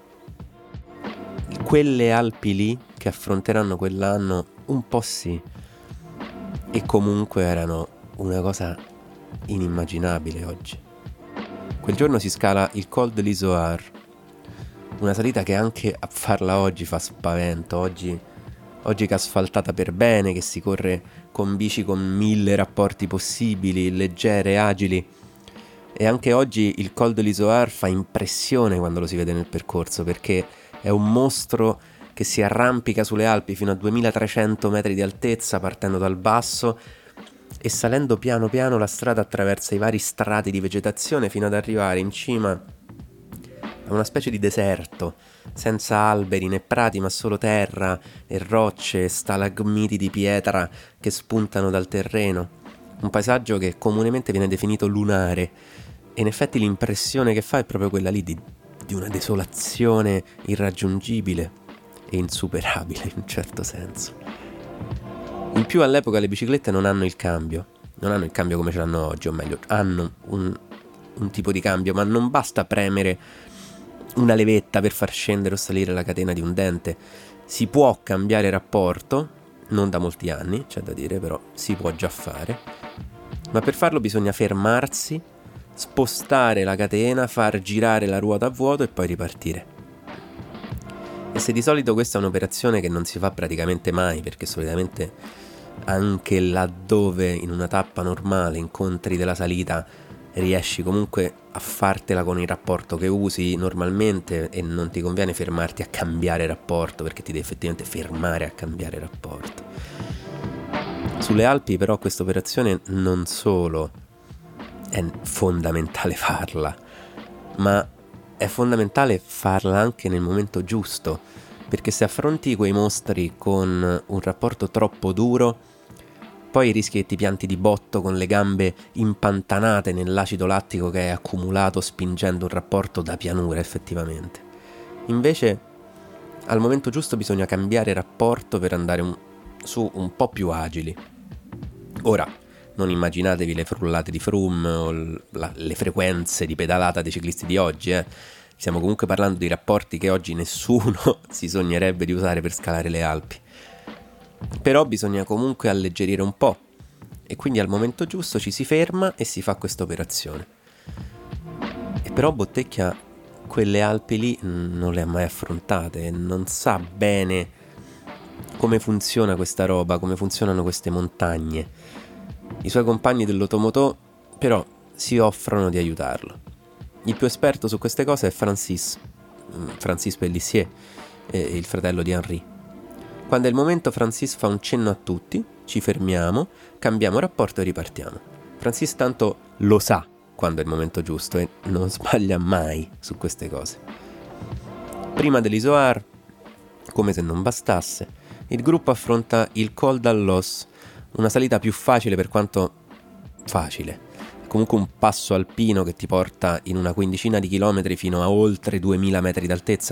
quelle Alpi lì che affronteranno quell'anno un po' sì. e comunque erano una cosa inimmaginabile oggi. Quel giorno si scala il Col de l'Izoard, una salita che anche a farla oggi fa spavento. Oggi che è asfaltata per bene, che si corre con bici con 1000 rapporti possibili, leggere, agili. E anche oggi il Col de l'Izoard fa impressione quando lo si vede nel percorso, perché è un mostro che si arrampica sulle Alpi fino a 2300 metri di altezza, partendo dal basso e salendo piano piano la strada attraversa i vari strati di vegetazione fino ad arrivare in cima a una specie di deserto, senza alberi né prati, ma solo terra e rocce e stalagmiti di pietra che spuntano dal terreno. Un paesaggio che comunemente viene definito lunare, e in effetti l'impressione che fa è proprio quella lì di una desolazione irraggiungibile e insuperabile in un certo senso. In più all'epoca le biciclette non hanno il cambio come ce l'hanno oggi, o meglio, hanno un tipo di cambio, ma non basta premere una levetta per far scendere o salire la catena di un dente. Si può cambiare rapporto, non da molti anni, c'è da dire, però si può già fare, ma per farlo bisogna fermarsi, spostare la catena, far girare la ruota a vuoto e poi ripartire. E se di solito questa è un'operazione che non si fa praticamente mai, perché solitamente anche laddove in una tappa normale incontri della salita riesci comunque a fartela con il rapporto che usi normalmente e non ti conviene fermarti a cambiare rapporto, perché ti devi effettivamente fermare a cambiare rapporto. Sulle Alpi però questa operazione non solo è fondamentale farla, ma è fondamentale farla anche nel momento giusto, perché se affronti quei mostri con un rapporto troppo duro, poi rischi che ti pianti di botto con le gambe impantanate nell'acido lattico che hai accumulato spingendo un rapporto da pianura effettivamente. Invece al momento giusto bisogna cambiare rapporto per andare su un po' più agili. Ora, non immaginatevi le frullate di Froome o le frequenze di pedalata dei ciclisti di oggi, Stiamo comunque parlando di rapporti che oggi nessuno si sognerebbe di usare per scalare le Alpi. Però bisogna comunque alleggerire un po', e quindi al momento giusto ci si ferma e si fa questa operazione. E però Bottecchia quelle Alpi lì non le ha mai affrontate e non sa bene come funziona questa roba, come funzionano queste montagne. I suoi compagni dell'automoto però si offrono di aiutarlo. Il più esperto su queste cose è Francis Pélissier, il fratello di Henri. Quando è il momento Francis fa un cenno a tutti, ci fermiamo, cambiamo rapporto e ripartiamo. Francis tanto lo sa quando è il momento giusto e non sbaglia mai su queste cose. Prima dell'Izoard, come se non bastasse, il gruppo affronta il Col d'Allos, una salita più facile per quanto facile. Comunque un passo alpino che ti porta in una quindicina di chilometri fino a oltre 2000 metri d'altezza,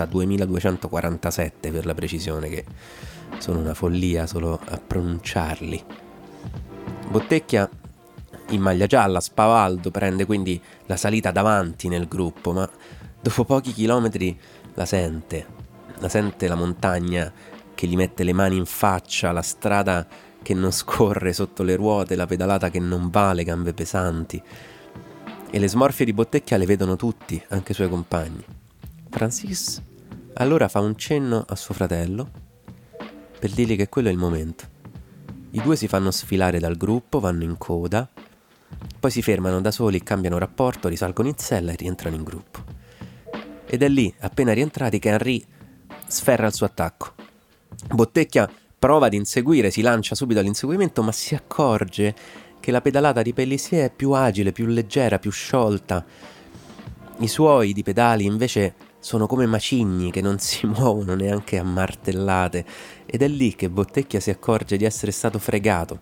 2247 per la precisione, che sono una follia solo a pronunciarli. Bottecchia in maglia gialla, spavaldo, prende quindi la salita davanti nel gruppo, ma dopo pochi chilometri la sente la montagna che gli mette le mani in faccia, la strada che non scorre sotto le ruote, la pedalata che non va, le gambe pesanti. E le smorfie di Bottecchia le vedono tutti, anche i suoi compagni. Francis allora fa un cenno a suo fratello per dirgli che quello è il momento. I due si fanno sfilare dal gruppo, vanno in coda, poi si fermano da soli, cambiano rapporto, risalgono in sella e rientrano in gruppo. Ed è lì, appena rientrati, che Henri sferra il suo attacco. Bottecchia prova ad inseguire, si lancia subito all'inseguimento, ma si accorge che la pedalata di Pélissier è più agile, più leggera, più sciolta. I suoi di pedali invece sono come macigni che non si muovono neanche a martellate, ed è lì che Bottecchia si accorge di essere stato fregato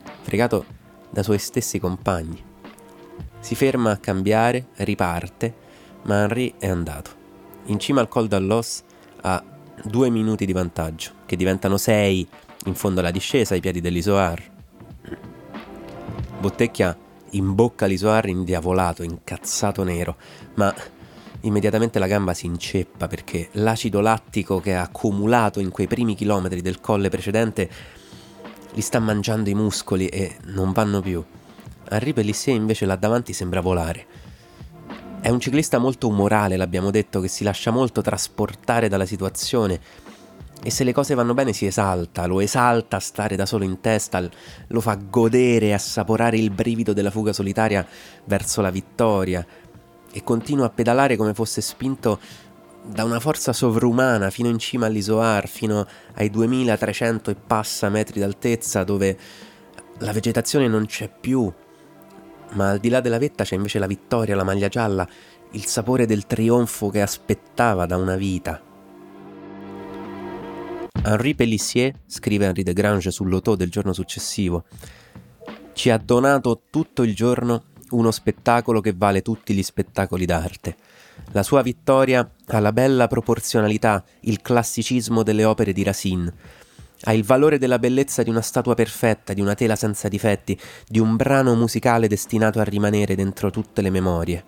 da suoi stessi compagni. Si ferma a cambiare, riparte, ma Henri è andato. In cima al Col d'Allos ha 2 minuti di vantaggio, che diventano 6 in fondo alla discesa ai piedi dell'Izoard. Bottecchia imbocca l'Izoard indiavolato, incazzato nero, ma immediatamente la gamba si inceppa perché l'acido lattico che ha accumulato in quei primi chilometri del colle precedente li sta mangiando i muscoli e non vanno più. Henri Pélissier invece là davanti sembra volare. È un ciclista molto umorale, l'abbiamo detto, che si lascia molto trasportare dalla situazione e se le cose vanno bene si esalta, lo esalta a stare da solo in testa, lo fa godere e assaporare il brivido della fuga solitaria verso la vittoria e continua a pedalare come fosse spinto da una forza sovrumana fino in cima all'Isoar, fino ai 2300 e passa metri d'altezza, dove la vegetazione non c'è più, ma al di là della vetta c'è invece la vittoria, la maglia gialla, il sapore del trionfo che aspettava da una vita. Henri Pélissier, scrive Henri Desgrange sull'auto del giorno successivo, ci ha donato tutto il giorno uno spettacolo che vale tutti gli spettacoli d'arte. La sua vittoria ha la bella proporzionalità, il classicismo delle opere di Racine, ha il valore della bellezza di una statua perfetta, di una tela senza difetti, di un brano musicale destinato a rimanere dentro tutte le memorie.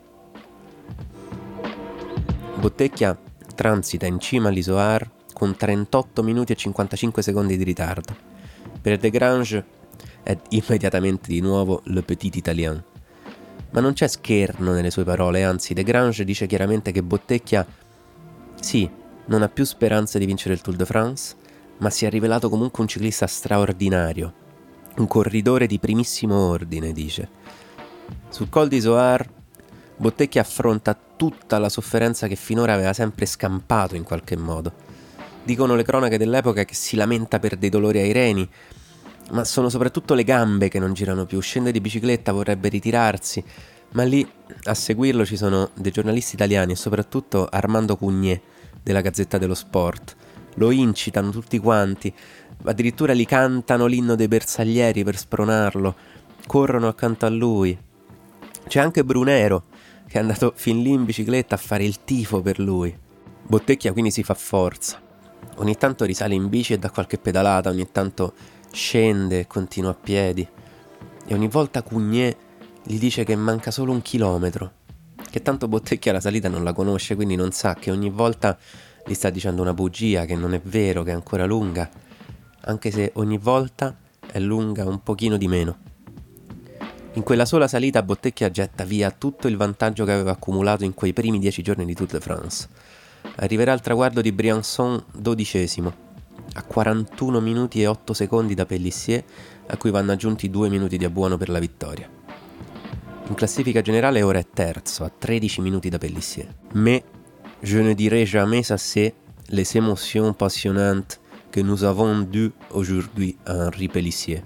Bottecchia transita in cima all'Isoar con 38 minuti e 55 secondi di ritardo. Per Desgrange è immediatamente di nuovo le petit italien. Ma non c'è scherno nelle sue parole, anzi Desgrange dice chiaramente che Bottecchia, sì, non ha più speranze di vincere il Tour de France, ma si è rivelato comunque un ciclista straordinario, un corridore di primissimo ordine, dice. Sul Col d'Isoar, Bottecchia affronta tutta la sofferenza che finora aveva sempre scampato in qualche modo. Dicono le cronache dell'epoca che si lamenta per dei dolori ai reni, ma sono soprattutto le gambe che non girano più. Scende di bicicletta, vorrebbe ritirarsi, ma lì a seguirlo ci sono dei giornalisti italiani e soprattutto Armando Cugnet della Gazzetta dello Sport. Lo incitano tutti quanti, addirittura gli cantano l'inno dei bersaglieri per spronarlo, corrono accanto a lui. C'è anche Brunero che è andato fin lì in bicicletta a fare il tifo per lui. Bottecchia quindi si fa forza, ogni tanto risale in bici e dà qualche pedalata, ogni tanto scende e continua a piedi e ogni volta Cugnet gli dice che manca solo 1 chilometro, che tanto Bottecchia la salita non la conosce, quindi non sa che ogni volta gli sta dicendo una bugia, che non è vero, che è ancora lunga, anche se ogni volta è lunga un pochino di meno. In quella sola salita Bottecchia getta via tutto il vantaggio che aveva accumulato in quei primi 10 giorni di Tour de France. Arriverà al traguardo di Briançon 12°, a 41 minuti e 8 secondi da Pélissier, a cui vanno aggiunti 2 minuti di abbuono per la vittoria. In classifica generale ora è terzo, a 13 minuti da Pélissier. Mais je ne dirai jamais assez les émotions passionnantes que nous avons dues aujourd'hui à Henri Pélissier.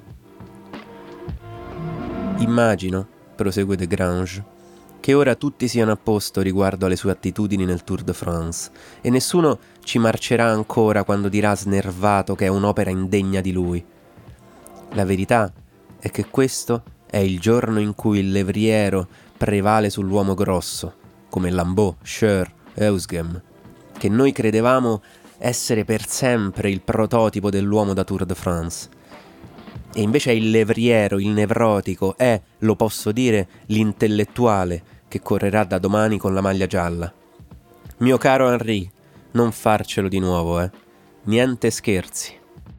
Immagino, prosegue Desgrange, che ora tutti siano a posto riguardo alle sue attitudini nel Tour de France e nessuno ci marcerà ancora quando dirà snervato che è un'opera indegna di lui. La verità è che questo è il giorno in cui il levriero prevale sull'uomo grosso, come Lambeau, Scheur, Eusgem, che noi credevamo essere per sempre il prototipo dell'uomo da Tour de France. E invece è il levriero, il nevrotico, è, lo posso dire, l'intellettuale che correrà da domani con la maglia gialla. Mio caro Henri, non farcelo di nuovo, Niente scherzi.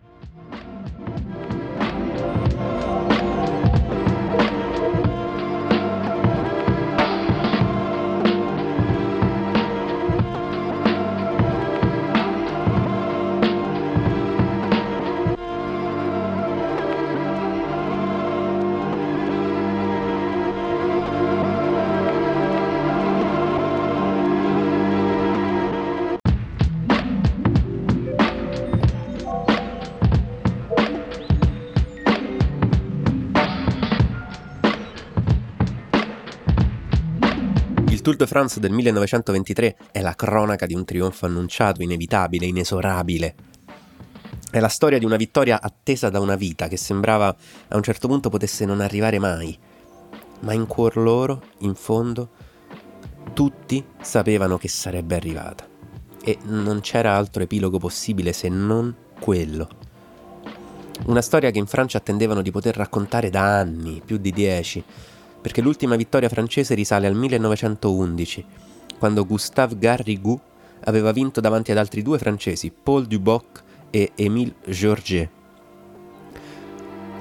Il Tour de France del 1923 è la cronaca di un trionfo annunciato, inevitabile, inesorabile. È la storia di una vittoria attesa da una vita che sembrava a un certo punto potesse non arrivare mai. Ma in cuor loro, in fondo, tutti sapevano che sarebbe arrivata. E non c'era altro epilogo possibile se non quello. Una storia che in Francia attendevano di poter raccontare da anni, più di 10, perché l'ultima vittoria francese risale al 1911, quando Gustave Garrigou aveva vinto davanti ad altri 2 francesi, Paul Duboc e Émile Georget.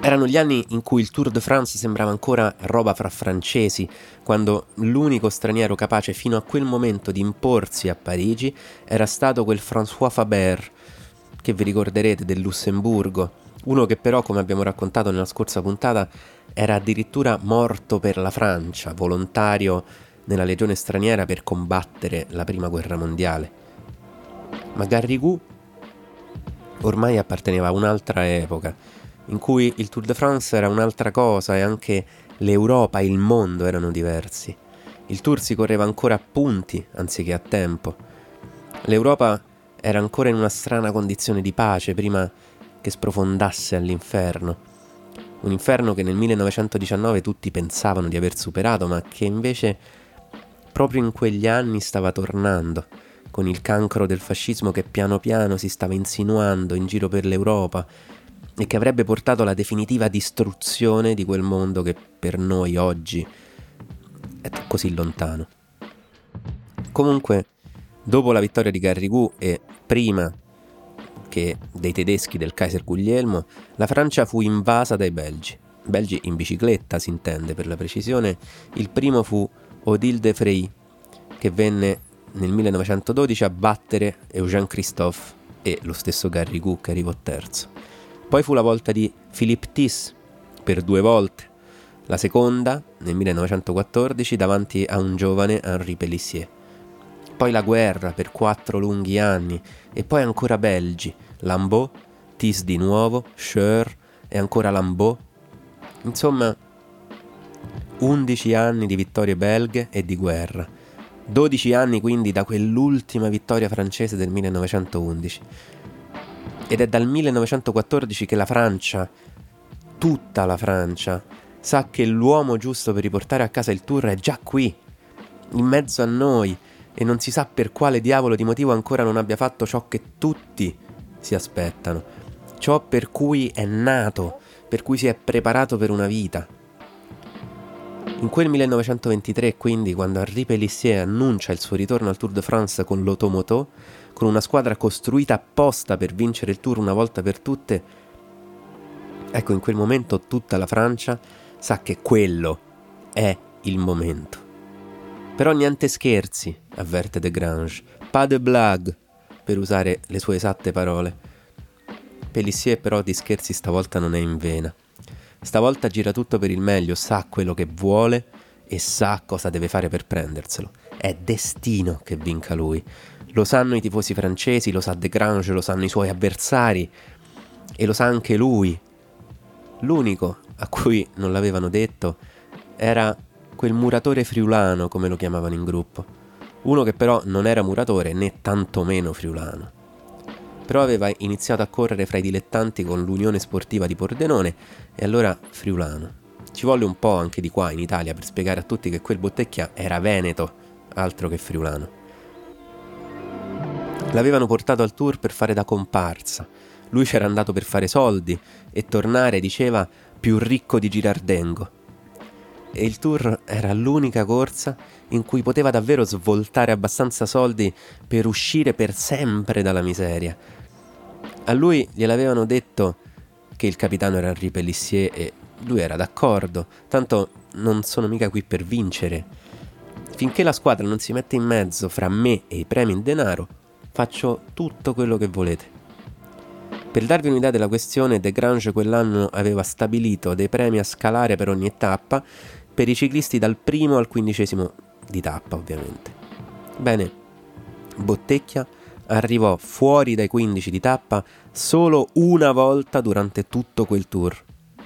Erano gli anni in cui il Tour de France sembrava ancora roba fra francesi, quando l'unico straniero capace fino a quel momento di imporsi a Parigi era stato quel François Faber, che vi ricorderete, del Lussemburgo, uno che però, come abbiamo raccontato nella scorsa puntata, era addirittura morto per la Francia, volontario nella legione straniera per combattere la prima guerra mondiale. Ma Garrigou ormai apparteneva a un'altra epoca, in cui il Tour de France era un'altra cosa e anche l'Europa e il mondo erano diversi. Il Tour si correva ancora a punti anziché a tempo. L'Europa era ancora in una strana condizione di pace prima che sprofondasse all'inferno. Un inferno che nel 1919 tutti pensavano di aver superato, ma che invece proprio in quegli anni stava tornando, con il cancro del fascismo che piano piano si stava insinuando in giro per l'Europa e che avrebbe portato alla definitiva distruzione di quel mondo che per noi oggi è così lontano. Comunque, dopo la vittoria di Garrigou e prima che dei tedeschi del Kaiser Guglielmo, la Francia fu invasa dai belgi in bicicletta, si intende per la precisione. Il primo fu Odile de Frey, che venne nel 1912 a battere Eugène Christophe e lo stesso Garrigou, che arrivò terzo. Poi fu la volta di Philippe Thys per 2 volte, la seconda nel 1914 davanti a un giovane Henri Pélissier. Poi la guerra per 4 lunghi anni e poi ancora belgi, Lambeau, Thys di nuovo, Scheur e ancora Lambeau. Insomma, 11 anni di vittorie belghe e di guerra, 12 anni quindi da quell'ultima vittoria francese del 1911. Ed è dal 1914 che la Francia, tutta la Francia, sa che l'uomo giusto per riportare a casa il Tour è già qui, in mezzo a noi, e non si sa per quale diavolo di motivo ancora non abbia fatto ciò che tutti si aspettano, ciò per cui è nato, per cui si è preparato per una vita. In quel 1923, quindi, quando Henri Pélissier annuncia il suo ritorno al Tour de France con l'Automoto, con una squadra costruita apposta per vincere il Tour una volta per tutte, ecco, in quel momento tutta la Francia sa che quello è il momento. Però niente scherzi, avverte Desgrange, pas de blague, per usare le sue esatte parole. Pélissier però di scherzi stavolta non è in vena. Stavolta gira tutto per il meglio, sa quello che vuole e sa cosa deve fare per prenderselo. È destino che vinca lui. Lo sanno i tifosi francesi, lo sa Desgrange, lo sanno i suoi avversari e lo sa anche lui. L'unico a cui non l'avevano detto era quel muratore friulano, come lo chiamavano in gruppo. Uno che però non era muratore né tantomeno friulano. Però aveva iniziato a correre fra i dilettanti con l'Unione Sportiva di Pordenone e allora friulano. Ci volle un po' anche di qua in Italia per spiegare a tutti che quel Bottecchia era veneto, altro che friulano. L'avevano portato al Tour per fare da comparsa. Lui c'era andato per fare soldi e tornare, diceva, più ricco di Girardengo. E il Tour era l'unica corsa in cui poteva davvero svoltare abbastanza soldi per uscire per sempre dalla miseria. A lui gliel'avevano detto che il capitano era Henri Pélissier e lui era d'accordo, tanto non sono mica qui per vincere. Finché la squadra non si mette in mezzo fra me e i premi in denaro, faccio tutto quello che volete. Per darvi un'idea della questione, Desgrange quell'anno aveva stabilito dei premi a scalare per ogni tappa per i ciclisti dal 1° al 15° di tappa, ovviamente. Bene, Bottecchia arrivò fuori dai 15 di tappa solo una volta durante tutto quel Tour.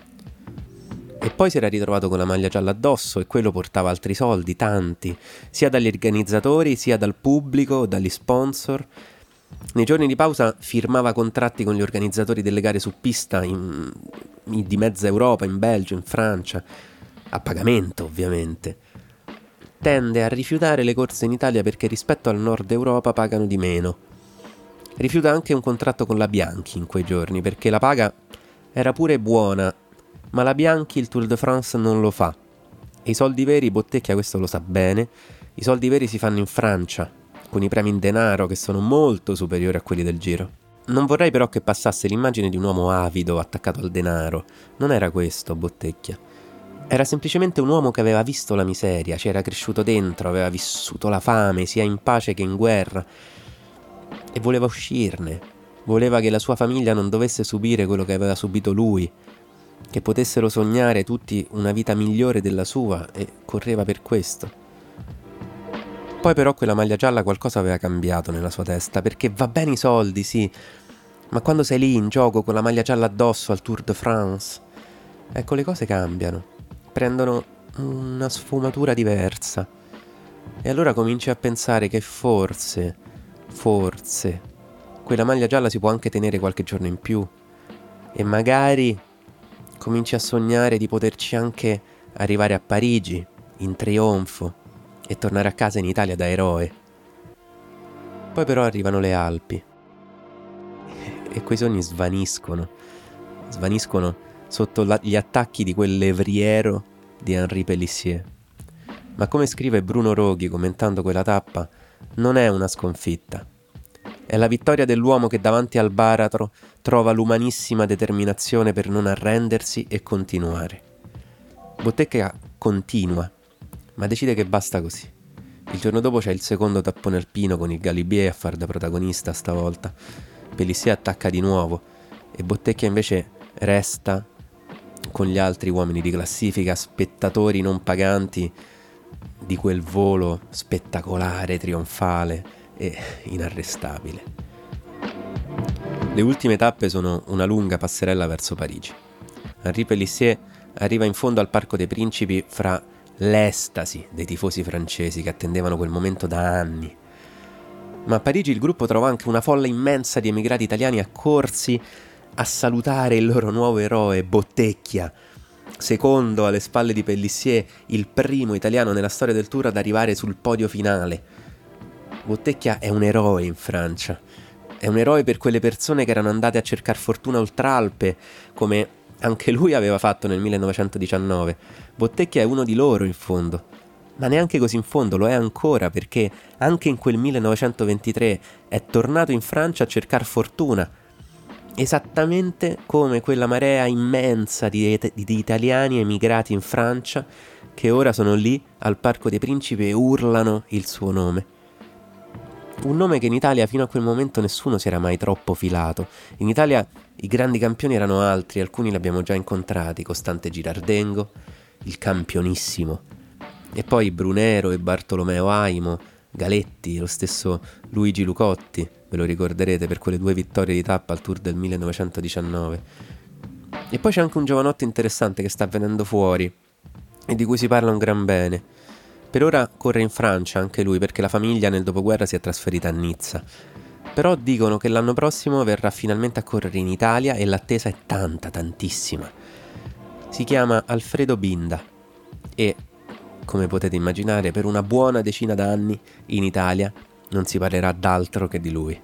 E poi si era ritrovato con la maglia gialla addosso e quello portava altri soldi, tanti, sia dagli organizzatori, sia dal pubblico, dagli sponsor. Nei giorni di pausa firmava contratti con gli organizzatori delle gare su pista di mezza Europa, in Belgio, in Francia, a pagamento ovviamente. Tende a rifiutare le corse in Italia perché rispetto al nord Europa pagano di meno. Rifiuta anche un contratto con la Bianchi in quei giorni perché la paga era pure buona, ma la Bianchi il Tour de France non lo fa. E i soldi veri, Bottecchia questo lo sa bene, i soldi veri si fanno in Francia, con i premi in denaro che sono molto superiori a quelli del Giro. Non vorrei però che passasse l'immagine di un uomo avido, attaccato al denaro. Non era questo Bottecchia. Era semplicemente un uomo che aveva visto la miseria, ci era cresciuto dentro, aveva vissuto la fame, sia in pace che in guerra, e voleva uscirne. Voleva che la sua famiglia non dovesse subire quello che aveva subito lui, che potessero sognare tutti una vita migliore della sua, e correva per questo. Poi però quella maglia gialla qualcosa aveva cambiato nella sua testa, perché va bene i soldi, sì, ma quando sei lì in gioco con la maglia gialla addosso al Tour de France, ecco, le cose cambiano, prendono una sfumatura diversa. E allora cominci a pensare che forse, quella maglia gialla si può anche tenere qualche giorno in più, e magari cominci a sognare di poterci anche arrivare a Parigi, in trionfo, e tornare a casa in Italia da eroe. Poi però arrivano le Alpi, e quei sogni svaniscono sotto gli attacchi di quel levriero di Henri Pélissier. Ma come scrive Bruno Roghi commentando quella tappa, non è una sconfitta. È la vittoria dell'uomo che davanti al baratro trova l'umanissima determinazione per non arrendersi e continuare. Bottecchia continua, ma decide che basta così. Il giorno dopo c'è il secondo tappone alpino con il Galibier a far da protagonista stavolta. Pélissier attacca di nuovo e Bottecchia invece resta con gli altri uomini di classifica, spettatori non paganti di quel volo spettacolare, trionfale e inarrestabile. Le ultime tappe sono una lunga passerella verso Parigi. Henri Pélissier arriva in fondo al Parco dei Principi fra l'estasi dei tifosi francesi che attendevano quel momento da anni. Ma a Parigi il gruppo trova anche una folla immensa di emigrati italiani accorsi a salutare il loro nuovo eroe, Bottecchia, secondo alle spalle di Pélissier, il primo italiano nella storia del Tour ad arrivare sul podio finale. Bottecchia è un eroe in Francia, è un eroe per quelle persone che erano andate a cercare fortuna oltre Alpe, come anche lui aveva fatto nel 1919. Bottecchia è uno di loro in fondo, ma neanche così in fondo, lo è ancora, perché anche in quel 1923 è tornato in Francia a cercare fortuna, esattamente come quella marea immensa di italiani emigrati in Francia che ora sono lì al Parco dei Principi e urlano il suo nome. Un nome che in Italia fino a quel momento nessuno si era mai troppo filato. In Italia i grandi campioni erano altri, alcuni li abbiamo già incontrati: Costante Girardengo, il campionissimo, e poi Brunero e Bartolomeo Aimo, Galetti, lo stesso Luigi Lucotti, ve lo ricorderete per quelle 2 vittorie di tappa al Tour del 1919. E poi c'è anche un giovanotto interessante che sta venendo fuori e di cui si parla un gran bene. Per ora corre in Francia anche lui, perché la famiglia nel dopoguerra si è trasferita a Nizza. Però dicono che l'anno prossimo verrà finalmente a correre in Italia e l'attesa è tantissima. Si chiama Alfredo Binda e, come potete immaginare, per una buona decina d'anni in Italia non si parlerà d'altro che di lui.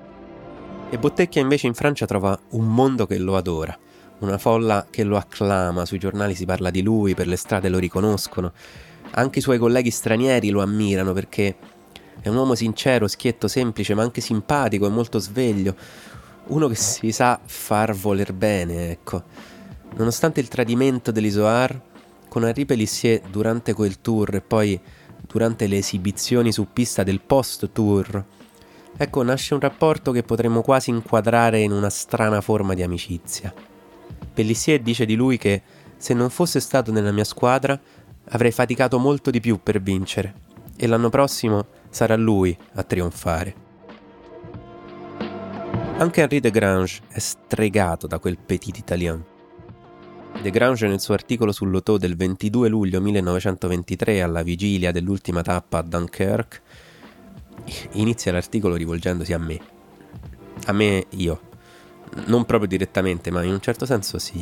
E Bottecchia invece in Francia trova un mondo che lo adora, una folla che lo acclama, sui giornali si parla di lui, per le strade lo riconoscono. Anche i suoi colleghi stranieri lo ammirano perché è un uomo sincero, schietto, semplice, ma anche simpatico e molto sveglio. Uno che si sa far voler bene, ecco. Nonostante il tradimento dell'Isoar, con Henri Pélissier durante quel tour e poi durante le esibizioni su pista del post-tour, ecco, nasce un rapporto che potremmo quasi inquadrare in una strana forma di amicizia. Pélissier dice di lui che se non fosse stato nella mia squadra avrei faticato molto di più per vincere e l'anno prossimo sarà lui a trionfare. Anche Henri Desgrange è stregato da quel petit italien. Desgrange nel suo articolo sul Lotto del 22 luglio 1923, alla vigilia dell'ultima tappa a Dunkerque, inizia l'articolo rivolgendosi a me, io, non proprio direttamente, ma in un certo senso sì.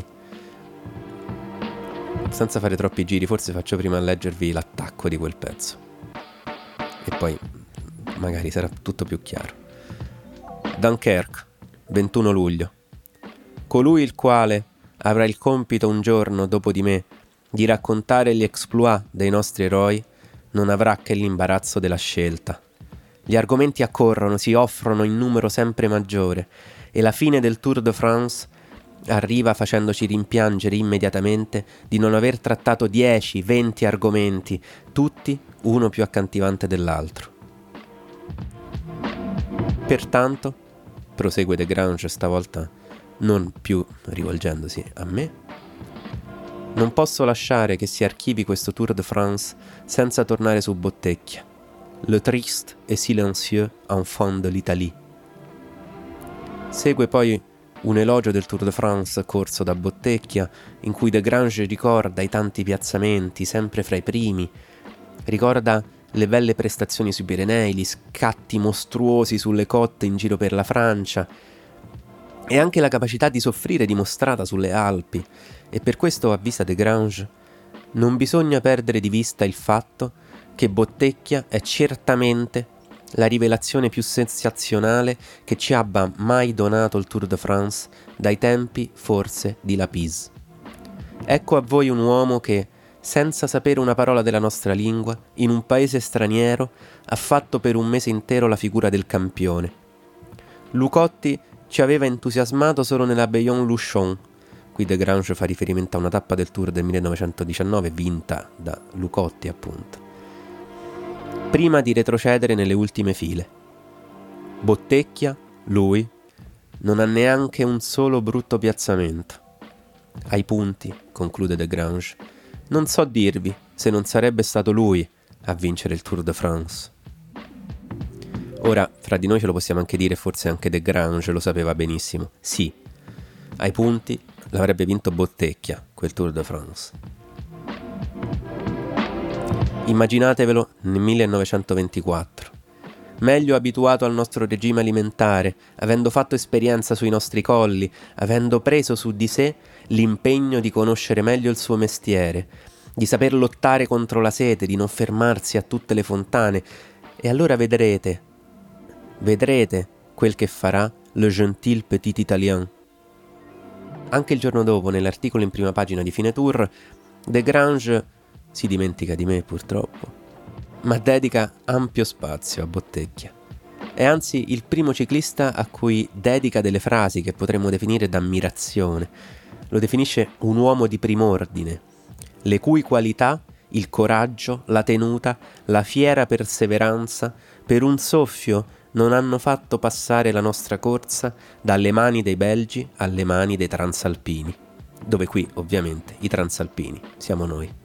Senza fare troppi giri, forse faccio prima a leggervi l'attacco di quel pezzo e poi magari sarà tutto più chiaro. Dunkerque, 21 luglio. Colui il quale avrà il compito un giorno dopo di me di raccontare gli exploit dei nostri eroi non avrà che l'imbarazzo della scelta. Gli argomenti accorrono, si offrono in numero sempre maggiore e la fine del Tour de France arriva facendoci rimpiangere immediatamente di non aver trattato 10-20 argomenti, tutti uno più accattivante dell'altro. Pertanto, prosegue Desgrange stavolta non più rivolgendosi a me, non posso lasciare che si archivi questo Tour de France senza tornare su Bottecchia, le triste et silencieux enfant de l'Italie. Segue poi un elogio del Tour de France corso da Bottecchia, in cui Desgrange ricorda i tanti piazzamenti, sempre fra i primi, ricorda le belle prestazioni sui Pirenei, gli scatti mostruosi sulle cotte in giro per la Francia, e anche la capacità di soffrire dimostrata sulle Alpi, e per questo avvisa Desgrange non bisogna perdere di vista il fatto che Bottecchia è certamente la rivelazione più sensazionale che ci abbia mai donato il Tour de France dai tempi forse di Lapisse. Ecco a voi un uomo che, senza sapere una parola della nostra lingua, in un paese straniero, ha fatto per un mese intero la figura del campione. Lucotti ci aveva entusiasmato solo nella Bayonne-Luchon. Qui Desgrange fa riferimento a una tappa del Tour del 1919 vinta da Lucotti, appunto, prima di retrocedere nelle ultime file. Bottecchia, lui, non ha neanche un solo brutto piazzamento. Ai punti, conclude Desgrange, non so dirvi se non sarebbe stato lui a vincere il Tour de France. Ora, fra di noi ce lo possiamo anche dire, forse anche Desgrange lo sapeva benissimo. Sì, ai punti l'avrebbe vinto Bottecchia, quel Tour de France. Immaginatevelo nel 1924, meglio abituato al nostro regime alimentare, avendo fatto esperienza sui nostri colli, avendo preso su di sé l'impegno di conoscere meglio il suo mestiere, di saper lottare contro la sete, di non fermarsi a tutte le fontane, e allora vedrete quel che farà le gentil petit italien. Anche il giorno dopo, nell'articolo in prima pagina di Fine Tour, Desgrange si dimentica di me purtroppo, ma dedica ampio spazio a Bottecchia. È anzi il primo ciclista a cui dedica delle frasi che potremmo definire d'ammirazione. Lo definisce un uomo di prim'ordine, le cui qualità, il coraggio, la tenuta, la fiera perseveranza, per un soffio non hanno fatto passare la nostra corsa dalle mani dei belgi alle mani dei transalpini, dove qui ovviamente i transalpini siamo noi.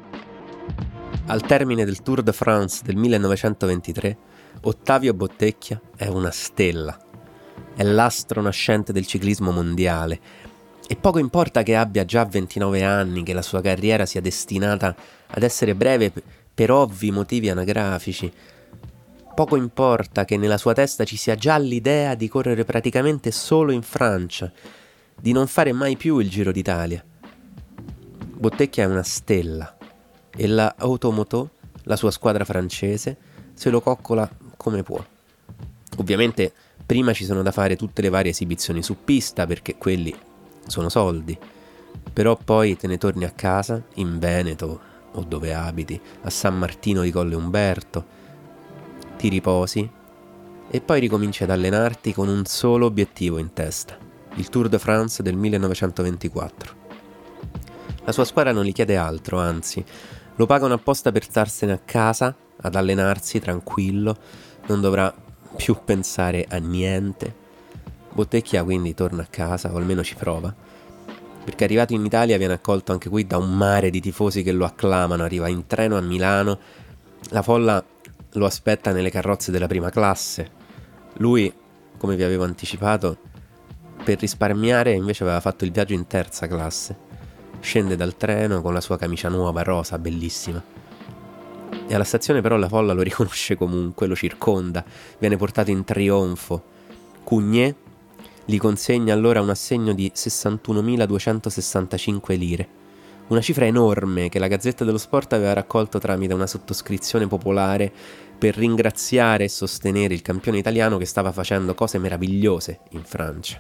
Al termine del Tour de France del 1923, Ottavio Bottecchia è una stella, è l'astro nascente del ciclismo mondiale, e poco importa che abbia già 29 anni, che la sua carriera sia destinata ad essere breve per ovvi motivi anagrafici, poco importa che nella sua testa ci sia già l'idea di correre praticamente solo in Francia, di non fare mai più il Giro d'Italia. Bottecchia è una stella, e la Automoto, la sua squadra francese, se lo coccola come può. Ovviamente prima ci sono da fare tutte le varie esibizioni su pista, perché quelli sono soldi, però poi te ne torni a casa, in Veneto o dove abiti, a San Martino di Colle Umberto, ti riposi e poi ricominci ad allenarti con un solo obiettivo in testa, il Tour de France del 1924. La sua squadra non gli chiede altro, anzi, lo pagano apposta per starsene a casa, ad allenarsi tranquillo, non dovrà più pensare a niente. Bottecchia quindi torna a casa, o almeno ci prova, perché arrivato in Italia viene accolto anche qui da un mare di tifosi che lo acclamano, arriva in treno a Milano, la folla lo aspetta nelle carrozze della prima classe. Lui, come vi avevo anticipato, per risparmiare invece aveva fatto il viaggio in terza classe. Scende dal treno con la sua camicia nuova, rosa, bellissima. E alla stazione però la folla lo riconosce comunque, lo circonda, viene portato in trionfo. Cugnet gli consegna allora un assegno di 61.265 lire, una cifra enorme che la Gazzetta dello Sport aveva raccolto tramite una sottoscrizione popolare per ringraziare e sostenere il campione italiano che stava facendo cose meravigliose in Francia.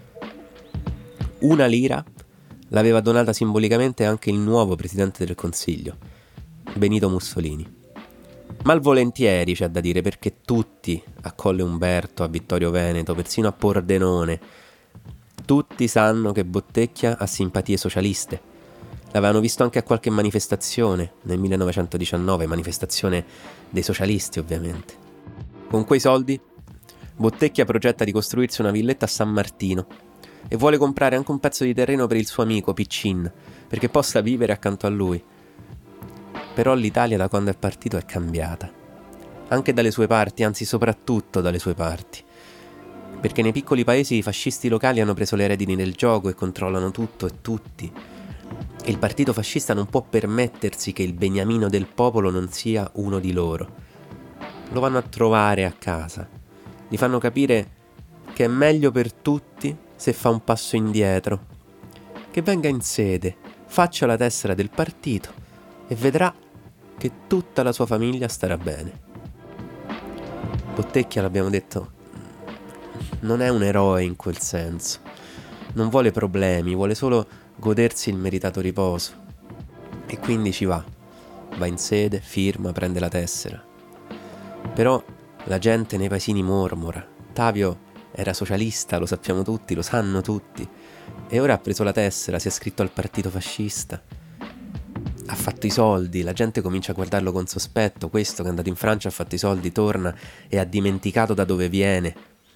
1 lira l'aveva donata simbolicamente anche il nuovo presidente del Consiglio, Benito Mussolini. Malvolentieri, c'è da dire, perché tutti a Colle Umberto, a Vittorio Veneto, persino a Pordenone, tutti sanno che Bottecchia ha simpatie socialiste. L'avevano visto anche a qualche manifestazione nel 1919, manifestazione dei socialisti ovviamente. Con quei soldi Bottecchia progetta di costruirsi una villetta a San Martino e vuole comprare anche un pezzo di terreno per il suo amico Piccin, perché possa vivere accanto a lui. Però l'Italia da quando è partito è cambiata, anche dalle sue parti, anzi soprattutto dalle sue parti, perché nei piccoli paesi i fascisti locali hanno preso le redini del gioco e controllano tutto e tutti, e il partito fascista non può permettersi che il beniamino del popolo non sia uno di loro. Lo vanno a trovare a casa, gli fanno capire che è meglio per tutti se fa un passo indietro, che venga in sede, faccia la tessera del partito e vedrà che tutta la sua famiglia starà bene. Bottecchia, l'abbiamo detto, non è un eroe in quel senso, non vuole problemi, vuole solo godersi il meritato riposo, e quindi ci va in sede, firma, prende la tessera. Però la gente nei paesini mormora. Tavio era socialista, lo sappiamo tutti, lo sanno tutti, e ora ha preso la tessera, si è iscritto al partito fascista, ha fatto i soldi, la gente comincia a guardarlo con sospetto. Questo che è andato in Francia, ha fatto i soldi, torna e ha dimenticato da dove viene.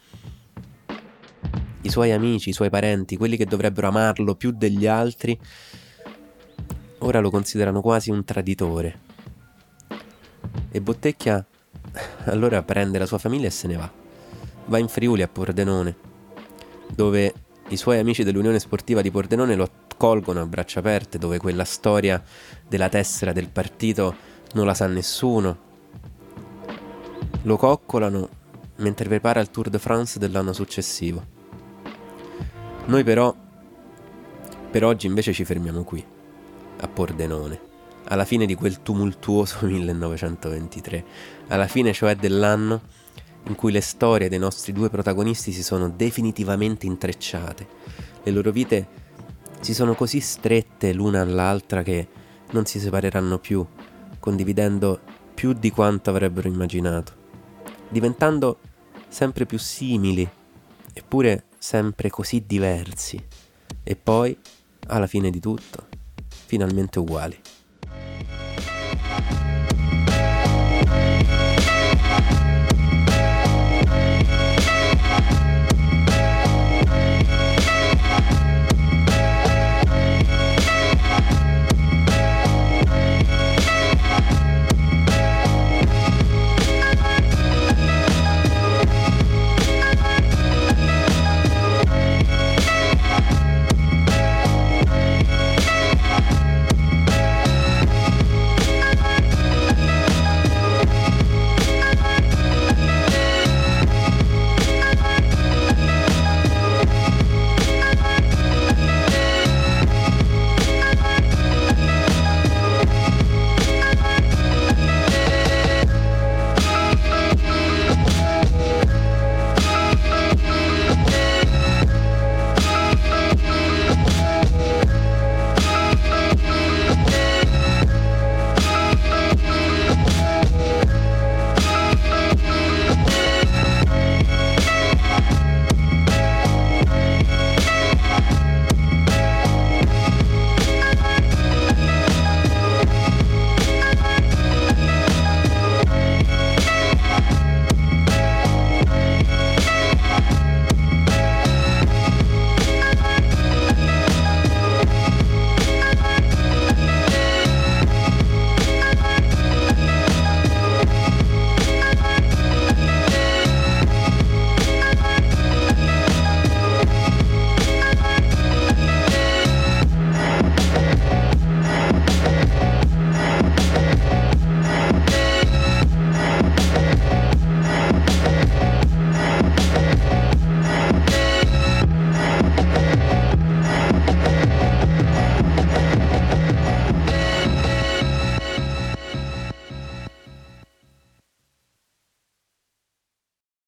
I suoi amici, i suoi parenti, quelli che dovrebbero amarlo più degli altri, ora lo considerano quasi un traditore. E Bottecchia allora prende la sua famiglia e se ne va. Va in Friuli, a Pordenone, dove i suoi amici dell'Unione Sportiva di Pordenone lo accolgono a braccia aperte, dove quella storia della tessera del partito non la sa nessuno. Lo coccolano mentre prepara il Tour de France dell'anno successivo. Noi però per oggi invece ci fermiamo qui, a Pordenone, alla fine di quel tumultuoso 1923, alla fine cioè dell'anno in cui le storie dei nostri due protagonisti si sono definitivamente intrecciate. Le loro vite si sono così strette l'una all'altra che non si separeranno più, condividendo più di quanto avrebbero immaginato, diventando sempre più simili, eppure sempre così diversi, e poi, alla fine di tutto, finalmente uguali.